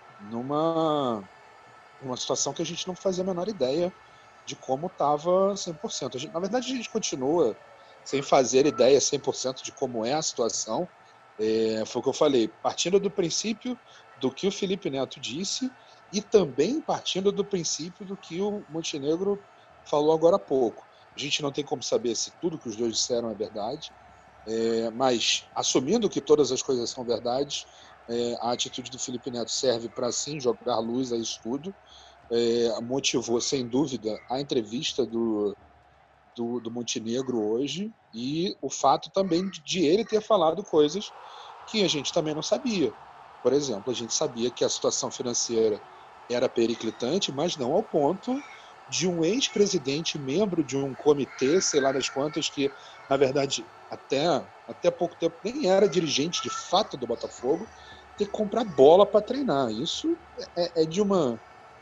B: numa, numa situação que a gente não fazia a menor ideia de como estava cem por cento. A gente, na verdade, a gente continua sem fazer ideia cem por cento de como é a situação. É, foi o que eu falei, partindo do princípio do que o Felipe Neto disse e também partindo do princípio do que o Montenegro falou agora há pouco. A gente não tem como saber se tudo que os dois disseram é verdade, é, mas assumindo que todas as coisas são verdades, é, a atitude do Felipe Neto serve para sim jogar luz a isso tudo, é, motivou sem dúvida a entrevista do, do, do Montenegro hoje e o fato também de ele ter falado coisas que a gente também não sabia. Por exemplo, a gente sabia que a situação financeira era periclitante, mas não ao ponto de um ex-presidente, membro de um comitê, sei lá das quantas, que, na verdade, até, até pouco tempo nem era dirigente de fato do Botafogo, ter que comprar bola para treinar. Isso é, é, de uma,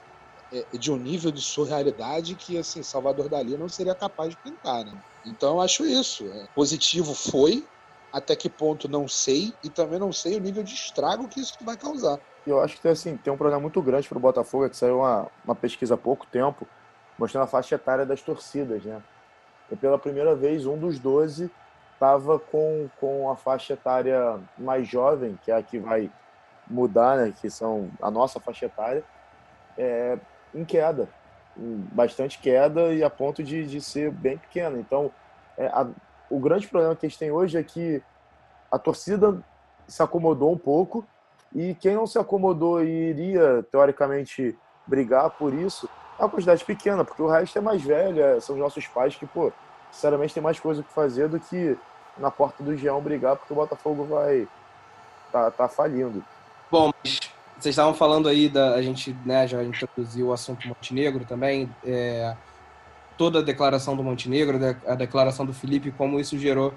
B: é de um nível de surrealidade que assim, Salvador Dalí não seria capaz de pintar. Né? Então, eu acho isso. É, positivo foi, até que ponto não sei, e também não sei o nível de estrago que isso vai causar.
D: Eu acho que assim, tem um problema muito grande para o Botafogo, é que saiu uma, uma pesquisa há pouco tempo, mostrando a faixa etária das torcidas, né? E pela primeira vez, um dos doze estava com, com a faixa etária mais jovem, que é a que vai mudar, né? Que são a nossa faixa etária, é, em queda, em bastante queda e a ponto de, de ser bem pequena. Então, é, a, o grande problema que a gente tem hoje é que a torcida se acomodou um pouco e quem não se acomodou e iria, teoricamente, brigar por isso é uma quantidade pequena, porque o resto é mais velho, são os nossos pais que, pô, sinceramente tem mais coisa que fazer do que na porta do Geão brigar porque o Botafogo vai tá, tá falindo.
A: Bom, mas vocês estavam falando aí, da, a gente né, já introduziu o assunto Montenegro também, é, toda a declaração do Montenegro, a declaração do Felipe, como isso gerou,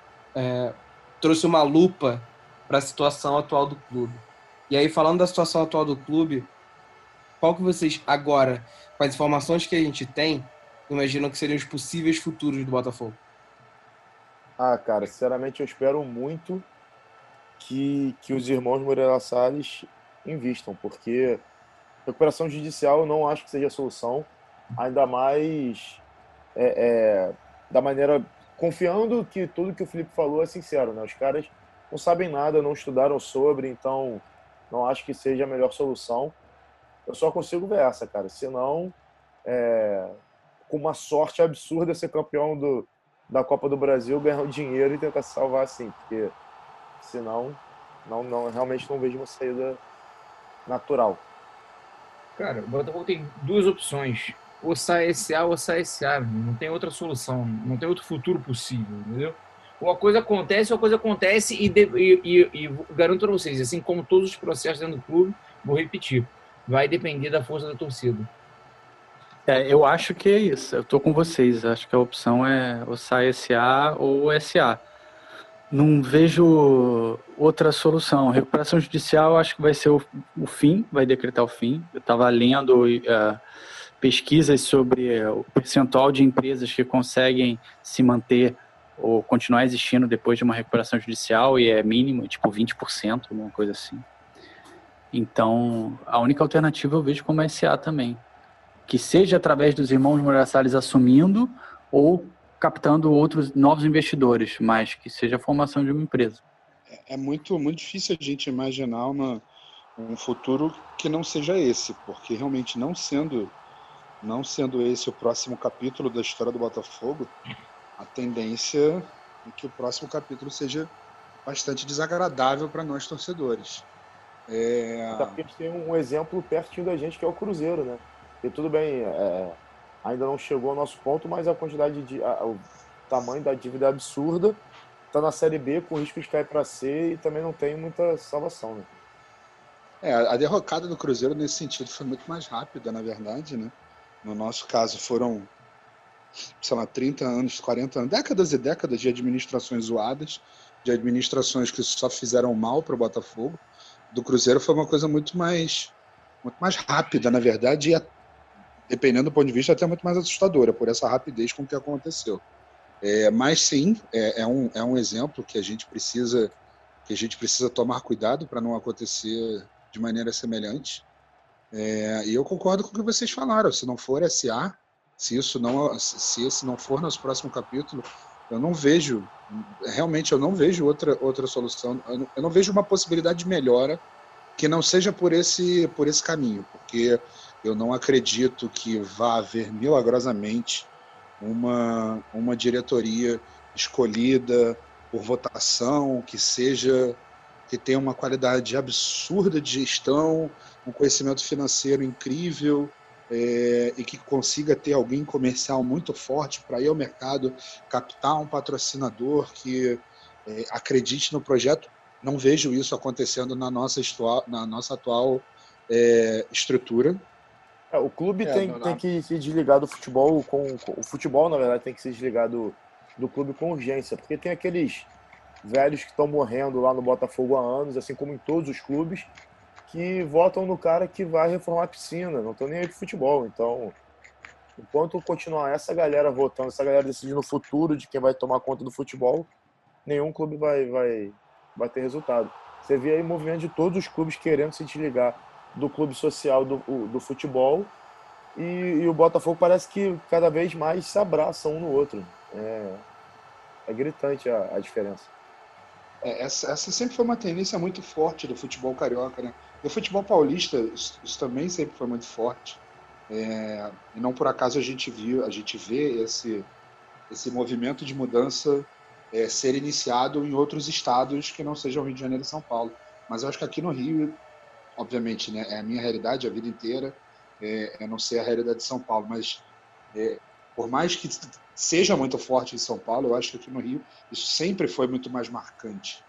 A: é, trouxe uma lupa para a situação atual do clube. E aí, falando da situação atual do clube, qual que vocês, agora, com as informações que a gente tem, imaginam que seriam os possíveis futuros do Botafogo?
D: Ah, cara, sinceramente eu espero muito que, que os irmãos Moreira Salles invistam, porque recuperação judicial eu não acho que seja a solução, ainda mais é, é, da maneira, confiando que tudo que o Felipe falou é sincero, né? Os caras não sabem nada, não estudaram sobre, então não acho que seja a melhor solução. Eu só consigo ver essa, cara, senão é, com uma sorte absurda ser campeão do, da Copa do Brasil, ganhar o dinheiro e tentar se salvar assim, porque senão não, não, realmente não vejo uma saída natural.
G: Cara, o Botafogo tem duas opções. Ou sai S A ou sai S A. Não tem outra solução. Não tem outro futuro possível, entendeu? ou a coisa acontece, ou a coisa acontece, e, de, e, e, e garanto para vocês, assim como todos os processos dentro do clube, vou repetir, vai depender da força da torcida.
C: É, eu acho que é isso, eu tô com vocês, acho que a opção é ou sai S A ou S A. Não vejo outra solução. Recuperação judicial acho que vai ser o, o fim, vai decretar o fim. Eu estava lendo uh, pesquisas sobre o percentual de empresas que conseguem se manter ou continuar existindo depois de uma recuperação judicial e é mínimo, tipo vinte por cento, alguma coisa assim. Então, a única alternativa eu vejo como S A também. Que seja através dos irmãos Moreira Salles assumindo ou captando outros novos investidores, mas que seja a formação de uma empresa.
B: É muito, muito difícil a gente imaginar uma, um futuro que não seja esse, porque realmente não sendo, não sendo esse o próximo capítulo da história do Botafogo, a tendência é que o próximo capítulo seja bastante desagradável para nós torcedores. É...
D: Até porque a gente tem um exemplo pertinho da gente, que é o Cruzeiro, né? E tudo bem, é, ainda não chegou ao nosso ponto, mas a quantidade de. A, o tamanho da dívida é absurda. Está na Série B com risco de cair para C e também não tem muita salvação, né?
B: É, a derrocada do Cruzeiro nesse sentido foi muito mais rápida, na verdade, né? No nosso caso foram, sei lá, trinta anos, quarenta anos, décadas e décadas de administrações zoadas, de administrações que só fizeram mal para o Botafogo. Do Cruzeiro foi uma coisa muito mais, muito mais rápida, na verdade, e a, dependendo do ponto de vista, até muito mais assustadora, por essa rapidez com que aconteceu. É, mas sim, é, é, um, é um exemplo que a gente precisa, que a gente precisa tomar cuidado para não acontecer de maneira semelhante. É, e eu concordo com o que vocês falaram. Se não for S A, se isso não, se esse não for nosso próximo capítulo, eu não vejo, realmente eu não vejo outra, outra solução. Eu não, eu não vejo uma possibilidade de melhora que não seja por esse, por esse caminho, porque eu não acredito que vá haver milagrosamente uma, uma diretoria escolhida por votação, que seja, que tenha uma qualidade absurda de gestão, um conhecimento financeiro incrível, é, e que consiga ter alguém comercial muito forte para ir ao mercado, captar um patrocinador que é, acredite no projeto. Não vejo isso acontecendo na nossa, na nossa atual é, estrutura.
D: É, o clube é, tem, tem que se desligar do futebol, com, com, o futebol, na verdade, tem que se desligar do, do clube com urgência, porque tem aqueles velhos que estão morrendo lá no Botafogo há anos, assim como em todos os clubes, que votam no cara que vai reformar a piscina, não estão nem aí pro futebol. Então, enquanto continuar essa galera votando, essa galera decidindo o futuro de quem vai tomar conta do futebol, nenhum clube vai, vai, vai ter resultado. Você vê aí o movimento de todos os clubes querendo se desligar do clube social do, do futebol, e, e o Botafogo parece que cada vez mais se abraça um no outro. É, é gritante a, a diferença.
B: É, essa, essa sempre foi uma tendência muito forte do futebol carioca, né? Do futebol paulista, isso, isso também sempre foi muito forte. É, e não por acaso a gente viu, a gente vê esse, esse movimento de mudança é, ser iniciado em outros estados que não sejam Rio de Janeiro e São Paulo. Mas eu acho que aqui no Rio, obviamente, né, é a minha realidade a vida inteira, é, eu não sei a realidade de São Paulo, mas é, por mais que seja muito forte em São Paulo, eu acho que aqui no Rio isso sempre foi muito mais marcante.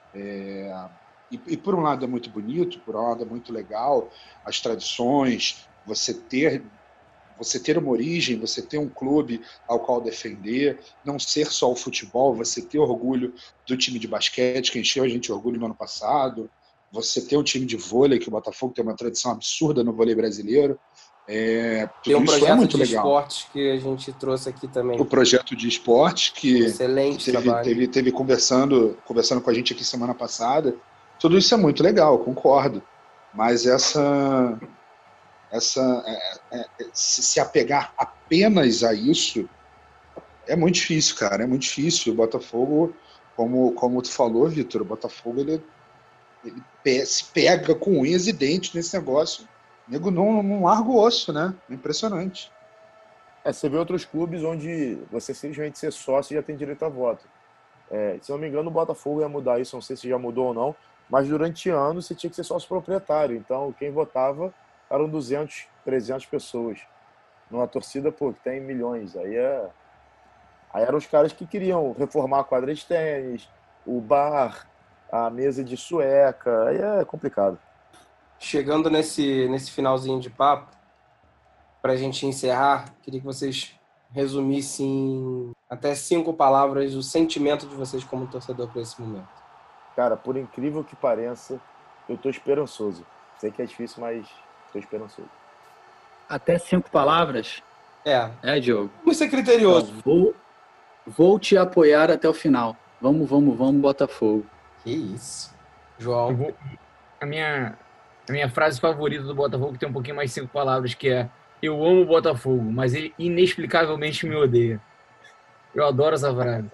B: É, e, e por um lado é muito bonito, por um lado é muito legal, as tradições, você ter, você ter uma origem, você ter um clube ao qual defender, não ser só o futebol, você ter orgulho do time de basquete, que encheu a gente de orgulho no ano passado, você ter um time de vôlei, que o Botafogo tem uma tradição absurda no vôlei brasileiro. É,
A: tem um projeto
B: é muito
A: de
B: legal.
A: esportes que a gente trouxe aqui também.
B: O projeto de esporte que
A: excelente
B: teve,
A: trabalho.
B: Teve, teve conversando, conversando com a gente aqui semana passada. Tudo isso é muito legal, concordo. Mas essa, essa é, é, se, se apegar apenas a isso é muito difícil, cara. É muito difícil. O Botafogo, como, como tu falou, Vitor, o Botafogo ele, ele se pega com unhas e dentes nesse negócio. O nego não, não larga o osso, né? É impressionante.
D: É, você vê outros clubes onde você simplesmente ser sócio já tem direito a voto. É, se não me engano, o Botafogo ia mudar isso, não sei se já mudou ou não, mas durante anos você tinha que ser sócio proprietário. Então, quem votava eram duzentas, trezentas pessoas. Numa torcida, pô, que tem milhões. Aí é, Aí eram os caras que queriam reformar a quadra de tênis, o bar, a mesa de sueca, aí é complicado.
A: Chegando nesse, nesse finalzinho de papo, para a gente encerrar, queria que vocês resumissem em até cinco palavras o sentimento de vocês como torcedor para esse momento.
D: Cara, por incrível que pareça, eu tô esperançoso. Sei que é difícil, mas tô esperançoso.
C: Até cinco palavras?
A: É.
C: É, Diogo?
A: Vamos ser criterioso.
C: Então, vou, vou te apoiar até o final. Vamos, vamos, vamos, Botafogo.
A: Que isso. João.
G: Vou, a, minha, a minha frase favorita do Botafogo tem um pouquinho mais de cinco palavras, que é: eu amo o Botafogo, mas ele inexplicavelmente me odeia. Eu adoro essa frase.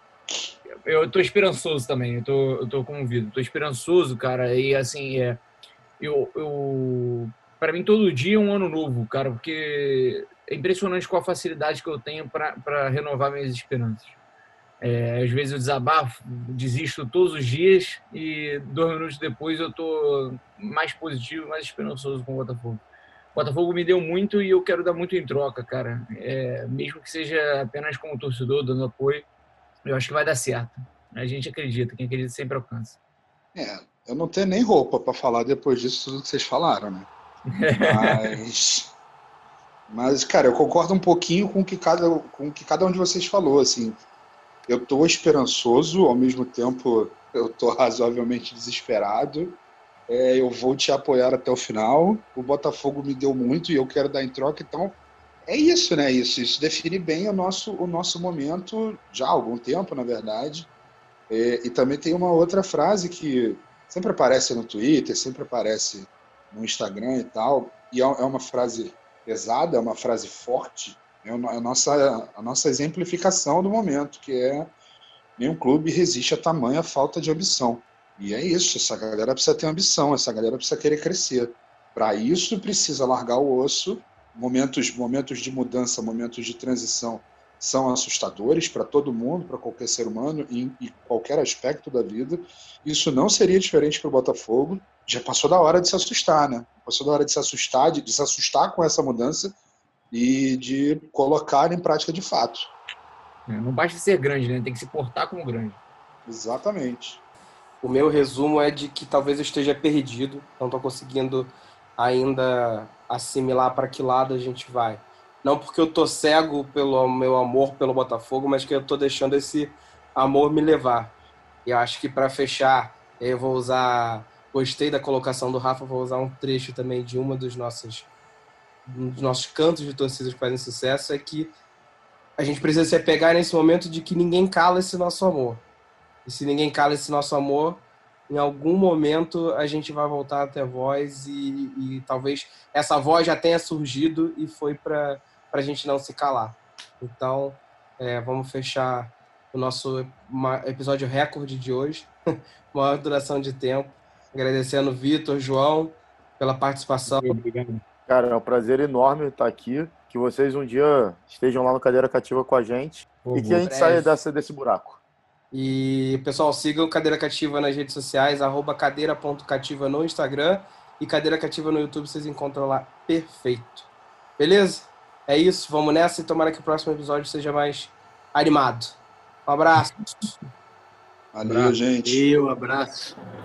G: Eu tô esperançoso também, eu tô, eu tô comovido. Tô esperançoso, cara, e assim, é, eu, eu, pra mim todo dia é um ano novo, cara, porque é impressionante com a facilidade que eu tenho para renovar minhas esperanças. É, às vezes eu desabafo, desisto todos os dias e dois minutos depois eu tô mais positivo, mais esperançoso com o Botafogo. O Botafogo me deu muito e eu quero dar muito em troca, cara. É, mesmo que seja apenas como torcedor, dando apoio, eu acho que vai dar certo. A gente acredita, quem acredita sempre alcança.
B: É, eu não tenho nem roupa para falar depois disso tudo que vocês falaram, né? Mas, mas, cara, eu concordo um pouquinho com o que cada, com o que cada um de vocês falou, assim. Eu tô esperançoso, ao mesmo tempo eu tô razoavelmente desesperado. É, eu vou te apoiar até o final. O Botafogo me deu muito e eu quero dar em troca, então é isso, né? Isso, isso define bem o nosso, o nosso momento já há algum tempo, na verdade. É, e também tem uma outra frase que sempre aparece no Twitter, sempre aparece no Instagram e tal, e é uma frase pesada, é uma frase forte, é a nossa, a nossa exemplificação do momento, que é: nenhum clube resiste a tamanha falta de ambição. E é isso, essa galera precisa ter ambição, essa galera precisa querer crescer. Para isso precisa largar o osso. Momentos, momentos de mudança, momentos de transição são assustadores para todo mundo, para qualquer ser humano, em, em qualquer aspecto da vida. Isso não seria diferente para o Botafogo. Já passou da hora de se assustar, né? Passou da hora de se assustar, de, de se assustar com essa mudança e de colocar em prática de fato.
G: Não basta ser grande, né? Tem que se portar como grande.
B: Exatamente.
A: O meu resumo é de que talvez eu esteja perdido, não estou conseguindo ainda assimilar para que lado a gente vai. Não porque eu tô cego pelo meu amor pelo Botafogo, mas que eu tô deixando esse amor me levar. E eu acho que para fechar, eu vou usar... Gostei da colocação do Rafa, vou usar um trecho também de uma dos nossos, um dos nossos cantos de torcidas que fazem sucesso, é que a gente precisa se apegar nesse momento de que ninguém cala esse nosso amor. E se ninguém cala esse nosso amor, em algum momento a gente vai voltar a ter voz e, e talvez essa voz já tenha surgido e foi para a gente não se calar. Então, é, vamos fechar o nosso episódio recorde de hoje, maior duração de tempo. Agradecendo o Vitor, João, pela participação.
G: Obrigado.
D: Cara, é um prazer enorme estar aqui. Que vocês um dia estejam lá no Cadeira Cativa com a gente.
G: Pô,
D: e que a gente
A: breve.
D: saia dessa, desse buraco.
A: E, pessoal, sigam Cadeira Cativa nas redes sociais, arroba cadeira ponto cativa no Instagram e Cadeira Cativa no YouTube, vocês encontram lá. Perfeito. Beleza? É isso, vamos nessa e tomara que o próximo episódio seja mais animado. Um abraço.
B: Valeu, gente.
C: Valeu, abraço.